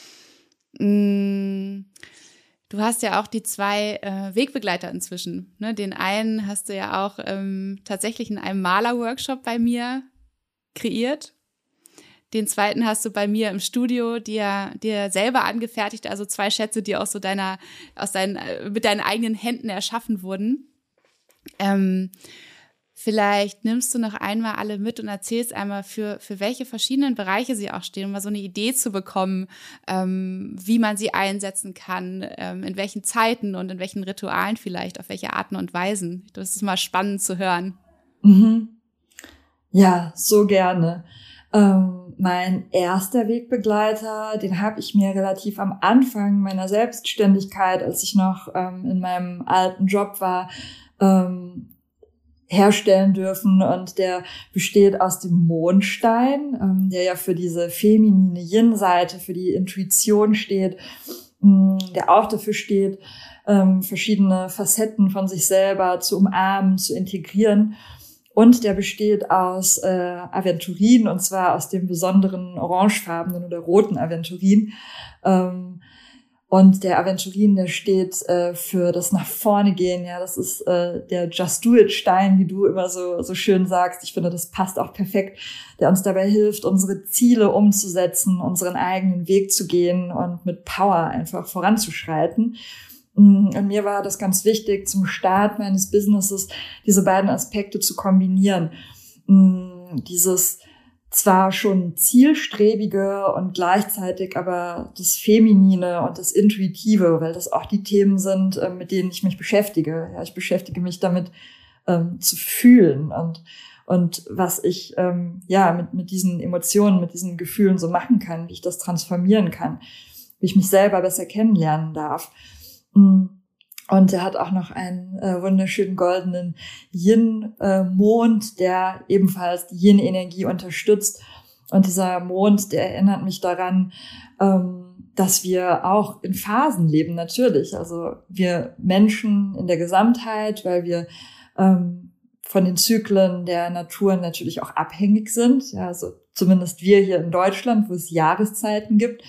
Speaker 3: Mm. Du hast ja auch die zwei äh, Wegbegleiter inzwischen. Ne? Den einen hast du ja auch ähm, tatsächlich in einem Malerworkshop bei mir kreiert. Den zweiten hast du bei mir im Studio dir, dir selber angefertigt, also zwei Schätze, die aus so deiner, aus deinen, mit deinen eigenen Händen erschaffen wurden. Ähm, Vielleicht nimmst du noch einmal alle mit und erzählst einmal, für, für welche verschiedenen Bereiche sie auch stehen, um mal so eine Idee zu bekommen, ähm, wie man sie einsetzen kann, ähm, in welchen Zeiten und in welchen Ritualen vielleicht, auf welche Arten und Weisen. Das ist mal spannend zu hören.
Speaker 2: Mhm. Ja, so gerne. Ähm, mein erster Wegbegleiter, den habe ich mir relativ am Anfang meiner Selbstständigkeit, als ich noch ähm, in meinem alten Job war, ähm, herstellen dürfen, und der besteht aus dem Mondstein, ähm, der ja für diese feminine Yin-Seite, für die Intuition steht, mh, der auch dafür steht, ähm, verschiedene Facetten von sich selber zu umarmen, zu integrieren. Und der besteht aus äh, Aventurin, und zwar aus dem besonderen orangefarbenen oder roten Aventurin. Ähm, Und der Aventurin, der steht äh, für das nach vorne gehen. Ja, das ist äh, der Just Do It Stein, wie du immer so so schön sagst. Ich finde, das passt auch perfekt, der uns dabei hilft, unsere Ziele umzusetzen, unseren eigenen Weg zu gehen und mit Power einfach voranzuschreiten. Und mir war das ganz wichtig, zum Start meines Businesses diese beiden Aspekte zu kombinieren. Dieses zwar schon zielstrebige und gleichzeitig aber das Feminine und das Intuitive, weil das auch die Themen sind, mit denen ich mich beschäftige. Ja, ich beschäftige mich damit, ähm, zu fühlen und und was ich ähm, ja mit mit diesen Emotionen, mit diesen Gefühlen so machen kann, wie ich das transformieren kann, wie ich mich selber besser kennenlernen darf. Und er hat auch noch einen äh, wunderschönen goldenen Yin-Mond, äh, der ebenfalls die Yin-Energie unterstützt. Und dieser Mond, der erinnert mich daran, ähm, dass wir auch in Phasen leben, natürlich. Also wir Menschen in der Gesamtheit, weil wir ähm, von den Zyklen der Natur natürlich auch abhängig sind. Ja, also zumindest wir hier in Deutschland, wo es Jahreszeiten gibt.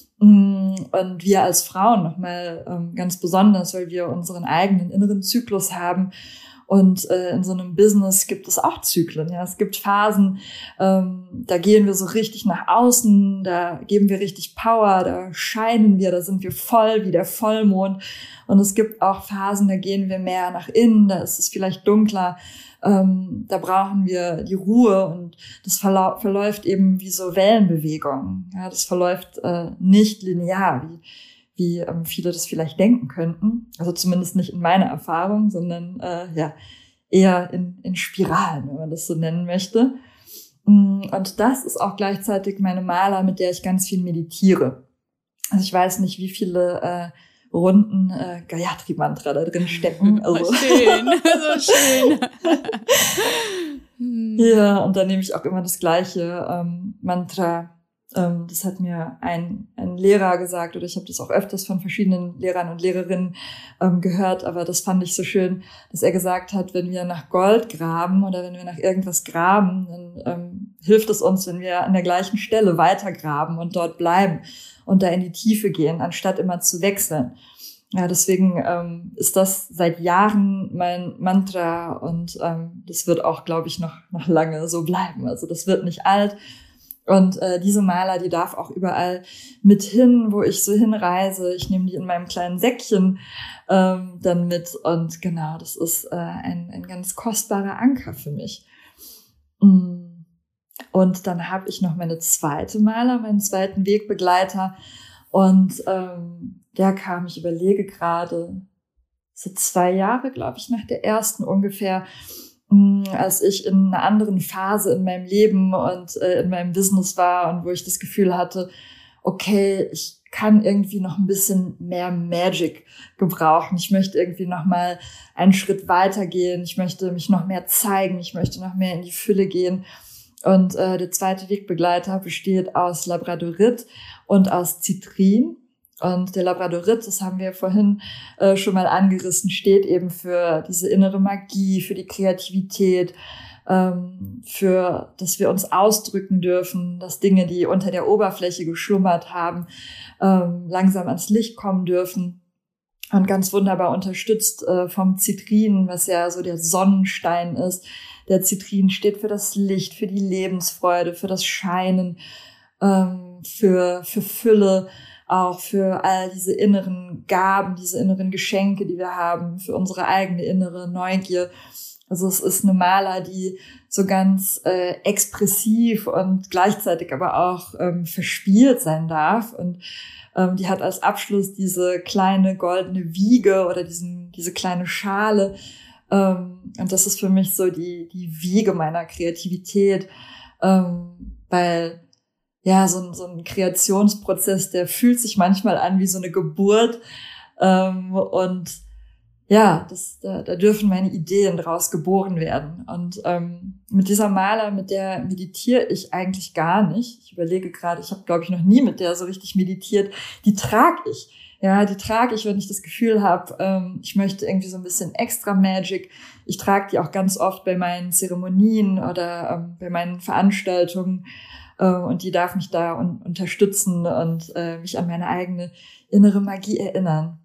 Speaker 2: Und wir als Frauen nochmal ähm, ganz besonders, weil wir unseren eigenen inneren Zyklus haben Und äh, in so einem Business gibt es auch Zyklen. Ja, es gibt Phasen, ähm, da gehen wir so richtig nach außen, da geben wir richtig Power, da scheinen wir, da sind wir voll wie der Vollmond. Und es gibt auch Phasen, da gehen wir mehr nach innen, da ist es vielleicht dunkler. Ähm, da brauchen wir die Ruhe und das verlau- verläuft eben wie so Wellenbewegungen. Ja, das verläuft äh, nicht linear, wie, wie ähm, viele das vielleicht denken könnten. Also zumindest nicht in meiner Erfahrung, sondern äh, ja eher in, in Spiralen, wenn man das so nennen möchte. Und das ist auch gleichzeitig meine Mala, mit der ich ganz viel meditiere. Also ich weiß nicht, wie viele äh, Runden äh, Gayatri-Mantra da drin stecken. Also.
Speaker 3: Oh, schön, so schön.
Speaker 2: Ja, und dann nehme ich auch immer das gleiche ähm, Mantra. Ähm, das hat mir ein, ein Lehrer gesagt, oder ich habe das auch öfters von verschiedenen Lehrern und Lehrerinnen ähm, gehört, aber das fand ich so schön, dass er gesagt hat, wenn wir nach Gold graben oder wenn wir nach irgendwas graben, dann ähm, hilft es uns, wenn wir an der gleichen Stelle weiter graben und dort bleiben und da in die Tiefe gehen, anstatt immer zu wechseln. Ja, deswegen ähm, ist das seit Jahren mein Mantra und ähm, das wird auch, glaube ich, noch noch lange so bleiben. Also das wird nicht alt. Und äh, diese Mala, die darf auch überall mit hin, wo ich so hinreise. Ich nehme die in meinem kleinen Säckchen ähm, dann mit. Und genau, das ist äh, ein, ein ganz kostbarer Anker für mich. Und dann habe ich noch meine zweite Mala, meinen zweiten Wegbegleiter. Und ähm, der kam, ich überlege gerade, so zwei Jahre, glaube ich, nach der ersten ungefähr, als ich in einer anderen Phase in meinem Leben und äh, in meinem Business war und wo ich das Gefühl hatte, okay, ich kann irgendwie noch ein bisschen mehr Magic gebrauchen. Ich möchte irgendwie noch mal einen Schritt weiter gehen. Ich möchte mich noch mehr zeigen. Ich möchte noch mehr in die Fülle gehen. Und äh, der zweite Wegbegleiter besteht aus Labradorit und aus Zitrin. Und der Labradorit, das haben wir vorhin äh, schon mal angerissen, steht eben für diese innere Magie, für die Kreativität, ähm, für, dass wir uns ausdrücken dürfen, dass Dinge, die unter der Oberfläche geschlummert haben, ähm, langsam ans Licht kommen dürfen. Und ganz wunderbar unterstützt äh, vom Zitrin, was ja so der Sonnenstein ist. Der Zitrin steht für das Licht, für die Lebensfreude, für das Scheinen, ähm, für, für Fülle, auch für all diese inneren Gaben, diese inneren Geschenke, die wir haben, für unsere eigene innere Neugier. Also es ist eine Mala, die so ganz äh, expressiv und gleichzeitig aber auch ähm, verspielt sein darf. Und ähm, die hat als Abschluss diese kleine goldene Wiege oder diesen diese kleine Schale. Ähm, und das ist für mich so die die Wiege meiner Kreativität, ähm, weil ja, so ein, so ein Kreationsprozess, der fühlt sich manchmal an wie so eine Geburt. Ähm, und ja, das, da, da dürfen meine Ideen draus geboren werden. Und ähm, mit dieser Mala, mit der meditiere ich eigentlich gar nicht. Ich überlege gerade, ich habe, glaube ich, noch nie mit der so richtig meditiert. Die trage ich. Ja, die trage ich, wenn ich das Gefühl habe, ähm, ich möchte irgendwie so ein bisschen extra Magic. Ich trage die auch ganz oft bei meinen Zeremonien oder ähm, bei meinen Veranstaltungen. Und die darf mich da un- unterstützen und äh, mich an meine eigene innere Magie erinnern.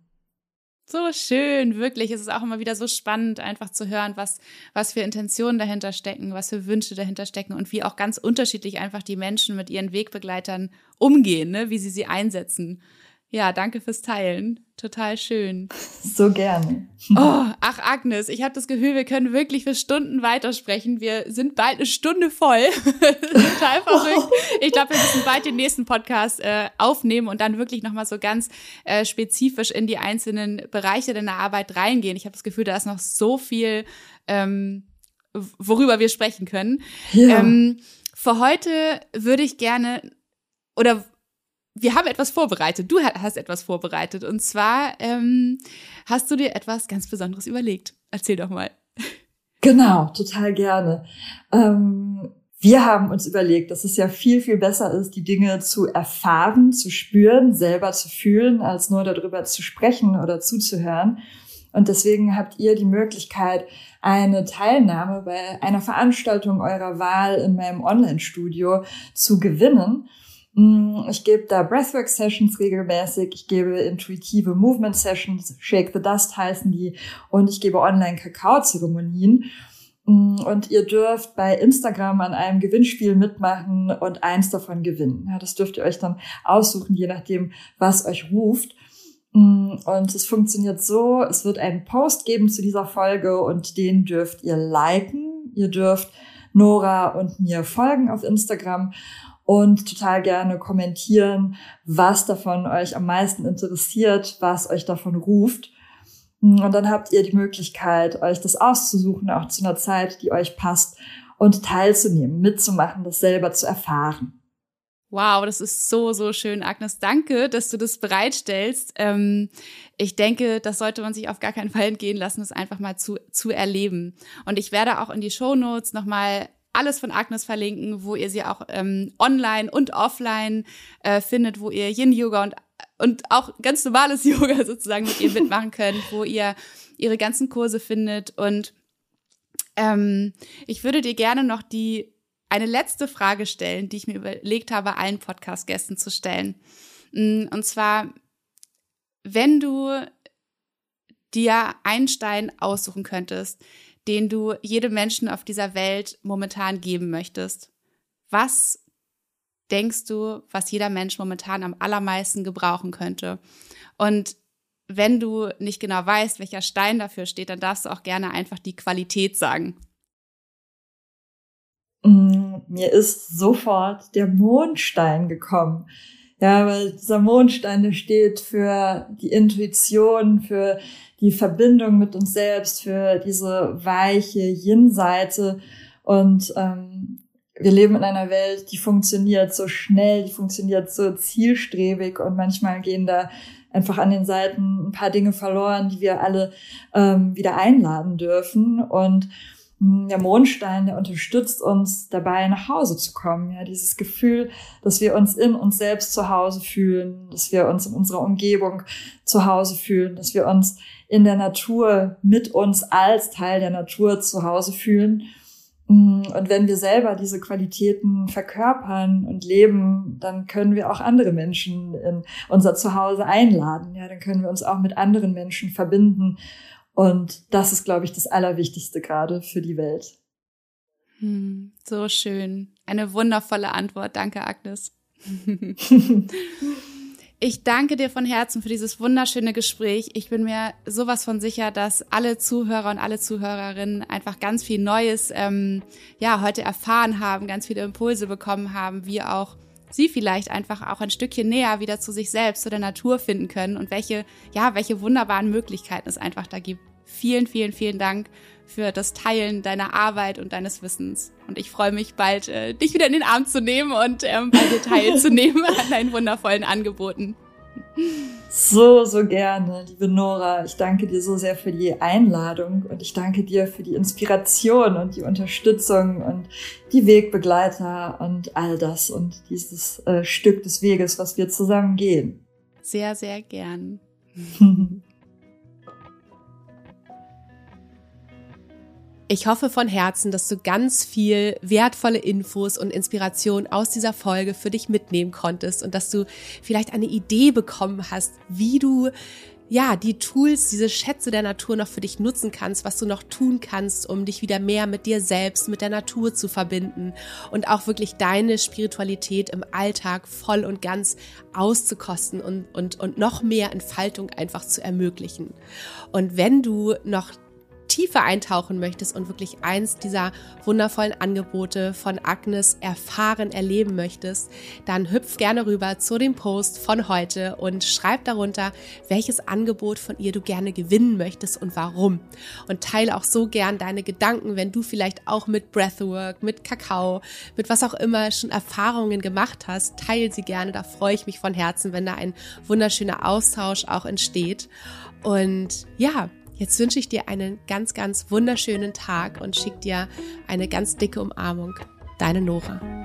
Speaker 3: So schön, wirklich. Es ist auch immer wieder so spannend, einfach zu hören, was, was für Intentionen dahinter stecken, was für Wünsche dahinter stecken und wie auch ganz unterschiedlich einfach die Menschen mit ihren Wegbegleitern umgehen, ne? Wie sie sie einsetzen. Ja, danke fürs Teilen. Total schön.
Speaker 2: So gerne.
Speaker 3: Oh, ach Agnes, ich habe das Gefühl, wir können wirklich für Stunden weitersprechen. Wir sind bald eine Stunde voll. Total verrückt. Ich glaube, wir müssen bald den nächsten Podcast äh, aufnehmen und dann wirklich nochmal so ganz äh, spezifisch in die einzelnen Bereiche deiner Arbeit reingehen. Ich habe das Gefühl, da ist noch so viel, ähm, worüber wir sprechen können.
Speaker 2: Ja.
Speaker 3: Ähm, für heute würde ich gerne, oder wir haben etwas vorbereitet. Du hast etwas vorbereitet. Und zwar ähm, hast du dir etwas ganz Besonderes überlegt. Erzähl doch mal.
Speaker 2: Genau, total gerne. Ähm, wir haben uns überlegt, dass es ja viel, viel besser ist, die Dinge zu erfahren, zu spüren, selber zu fühlen, als nur darüber zu sprechen oder zuzuhören. Und deswegen habt ihr die Möglichkeit, eine Teilnahme bei einer Veranstaltung eurer Wahl in meinem Online-Studio zu gewinnen. Ich gebe da Breathwork-Sessions regelmäßig, ich gebe intuitive Movement-Sessions, Shake the Dust heißen die, und ich gebe Online-Kakao-Zeremonien. Und ihr dürft bei Instagram an einem Gewinnspiel mitmachen und eins davon gewinnen. Ja, das dürft ihr euch dann aussuchen, je nachdem, was euch ruft. Und es funktioniert so, es wird einen Post geben zu dieser Folge und den dürft ihr liken. Ihr dürft Nora und mir folgen auf Instagram und total gerne kommentieren, was davon euch am meisten interessiert, was euch davon ruft. Und dann habt ihr die Möglichkeit, euch das auszusuchen, auch zu einer Zeit, die euch passt, und teilzunehmen, mitzumachen, das selber zu erfahren.
Speaker 3: Wow, das ist so, so schön, Agnes. Danke, dass du das bereitstellst. Ähm, ich denke, das sollte man sich auf gar keinen Fall entgehen lassen, das einfach mal zu, zu erleben. Und ich werde auch in die Shownotes nochmal alles von Agnes verlinken, wo ihr sie auch ähm, online und offline äh, findet, wo ihr Yin-Yoga und, und auch ganz normales Yoga sozusagen mit ihr mitmachen könnt, wo ihr ihre ganzen Kurse findet. Und ähm, ich würde dir gerne noch die eine letzte Frage stellen, die ich mir überlegt habe, allen Podcast-Gästen zu stellen. Und zwar, wenn du dir einen Stein aussuchen könntest, den du jedem Menschen auf dieser Welt momentan geben möchtest, was denkst du, was jeder Mensch momentan am allermeisten gebrauchen könnte? Und wenn du nicht genau weißt, welcher Stein dafür steht, dann darfst du auch gerne einfach die Qualität sagen.
Speaker 2: Mir ist sofort der Mondstein gekommen. Ja, weil dieser Mondstein, der steht für die Intuition, für die Verbindung mit uns selbst, für diese weiche Yin-Seite. Und ähm, wir leben in einer Welt, die funktioniert so schnell, die funktioniert so zielstrebig, und manchmal gehen da einfach an den Seiten ein paar Dinge verloren, die wir alle ähm, wieder einladen dürfen. Und der Mondstein, der unterstützt uns dabei, nach Hause zu kommen. Ja, dieses Gefühl, dass wir uns in uns selbst zu Hause fühlen, dass wir uns in unserer Umgebung zu Hause fühlen, dass wir uns in der Natur mit uns als Teil der Natur zu Hause fühlen. Und wenn wir selber diese Qualitäten verkörpern und leben, dann können wir auch andere Menschen in unser Zuhause einladen. Ja, dann können wir uns auch mit anderen Menschen verbinden. Und das ist, glaube ich, das Allerwichtigste gerade für die Welt.
Speaker 3: Hm, so schön. Eine wundervolle Antwort. Danke, Agnes. Ich danke dir von Herzen für dieses wunderschöne Gespräch. Ich bin mir sowas von sicher, dass alle Zuhörer und alle Zuhörerinnen einfach ganz viel Neues ähm, ja heute erfahren haben, ganz viele Impulse bekommen haben, wie auch sie vielleicht einfach auch ein Stückchen näher wieder zu sich selbst, zu der Natur finden können und welche, ja, welche wunderbaren Möglichkeiten es einfach da gibt. Vielen, vielen, vielen Dank für das Teilen deiner Arbeit und deines Wissens. Und ich freue mich bald, äh, dich wieder in den Arm zu nehmen und ähm, bei dir teilzunehmen an deinen wundervollen Angeboten.
Speaker 2: So, so gerne, liebe Nora. Ich danke dir so sehr für die Einladung und ich danke dir für die Inspiration und die Unterstützung und die Wegbegleiter und all das und dieses äh, Stück des Weges, was wir zusammen gehen.
Speaker 3: Sehr, sehr gern.
Speaker 1: Ich hoffe von Herzen, dass du ganz viel wertvolle Infos und Inspiration aus dieser Folge für dich mitnehmen konntest und dass du vielleicht eine Idee bekommen hast, wie du ja die Tools, diese Schätze der Natur noch für dich nutzen kannst, was du noch tun kannst, um dich wieder mehr mit dir selbst, mit der Natur zu verbinden und auch wirklich deine Spiritualität im Alltag voll und ganz auszukosten und, und, und noch mehr Entfaltung einfach zu ermöglichen. Und wenn du noch tiefer eintauchen möchtest und wirklich eins dieser wundervollen Angebote von Agnes erfahren, erleben möchtest, dann hüpf gerne rüber zu dem Post von heute und schreib darunter, welches Angebot von ihr du gerne gewinnen möchtest und warum. Und teile auch so gern deine Gedanken, wenn du vielleicht auch mit Breathwork, mit Kakao, mit was auch immer schon Erfahrungen gemacht hast, teile sie gerne. Da freue ich mich von Herzen, wenn da ein wunderschöner Austausch auch entsteht. Und ja, jetzt wünsche ich dir einen ganz, ganz wunderschönen Tag und schick dir eine ganz dicke Umarmung. Deine Nora.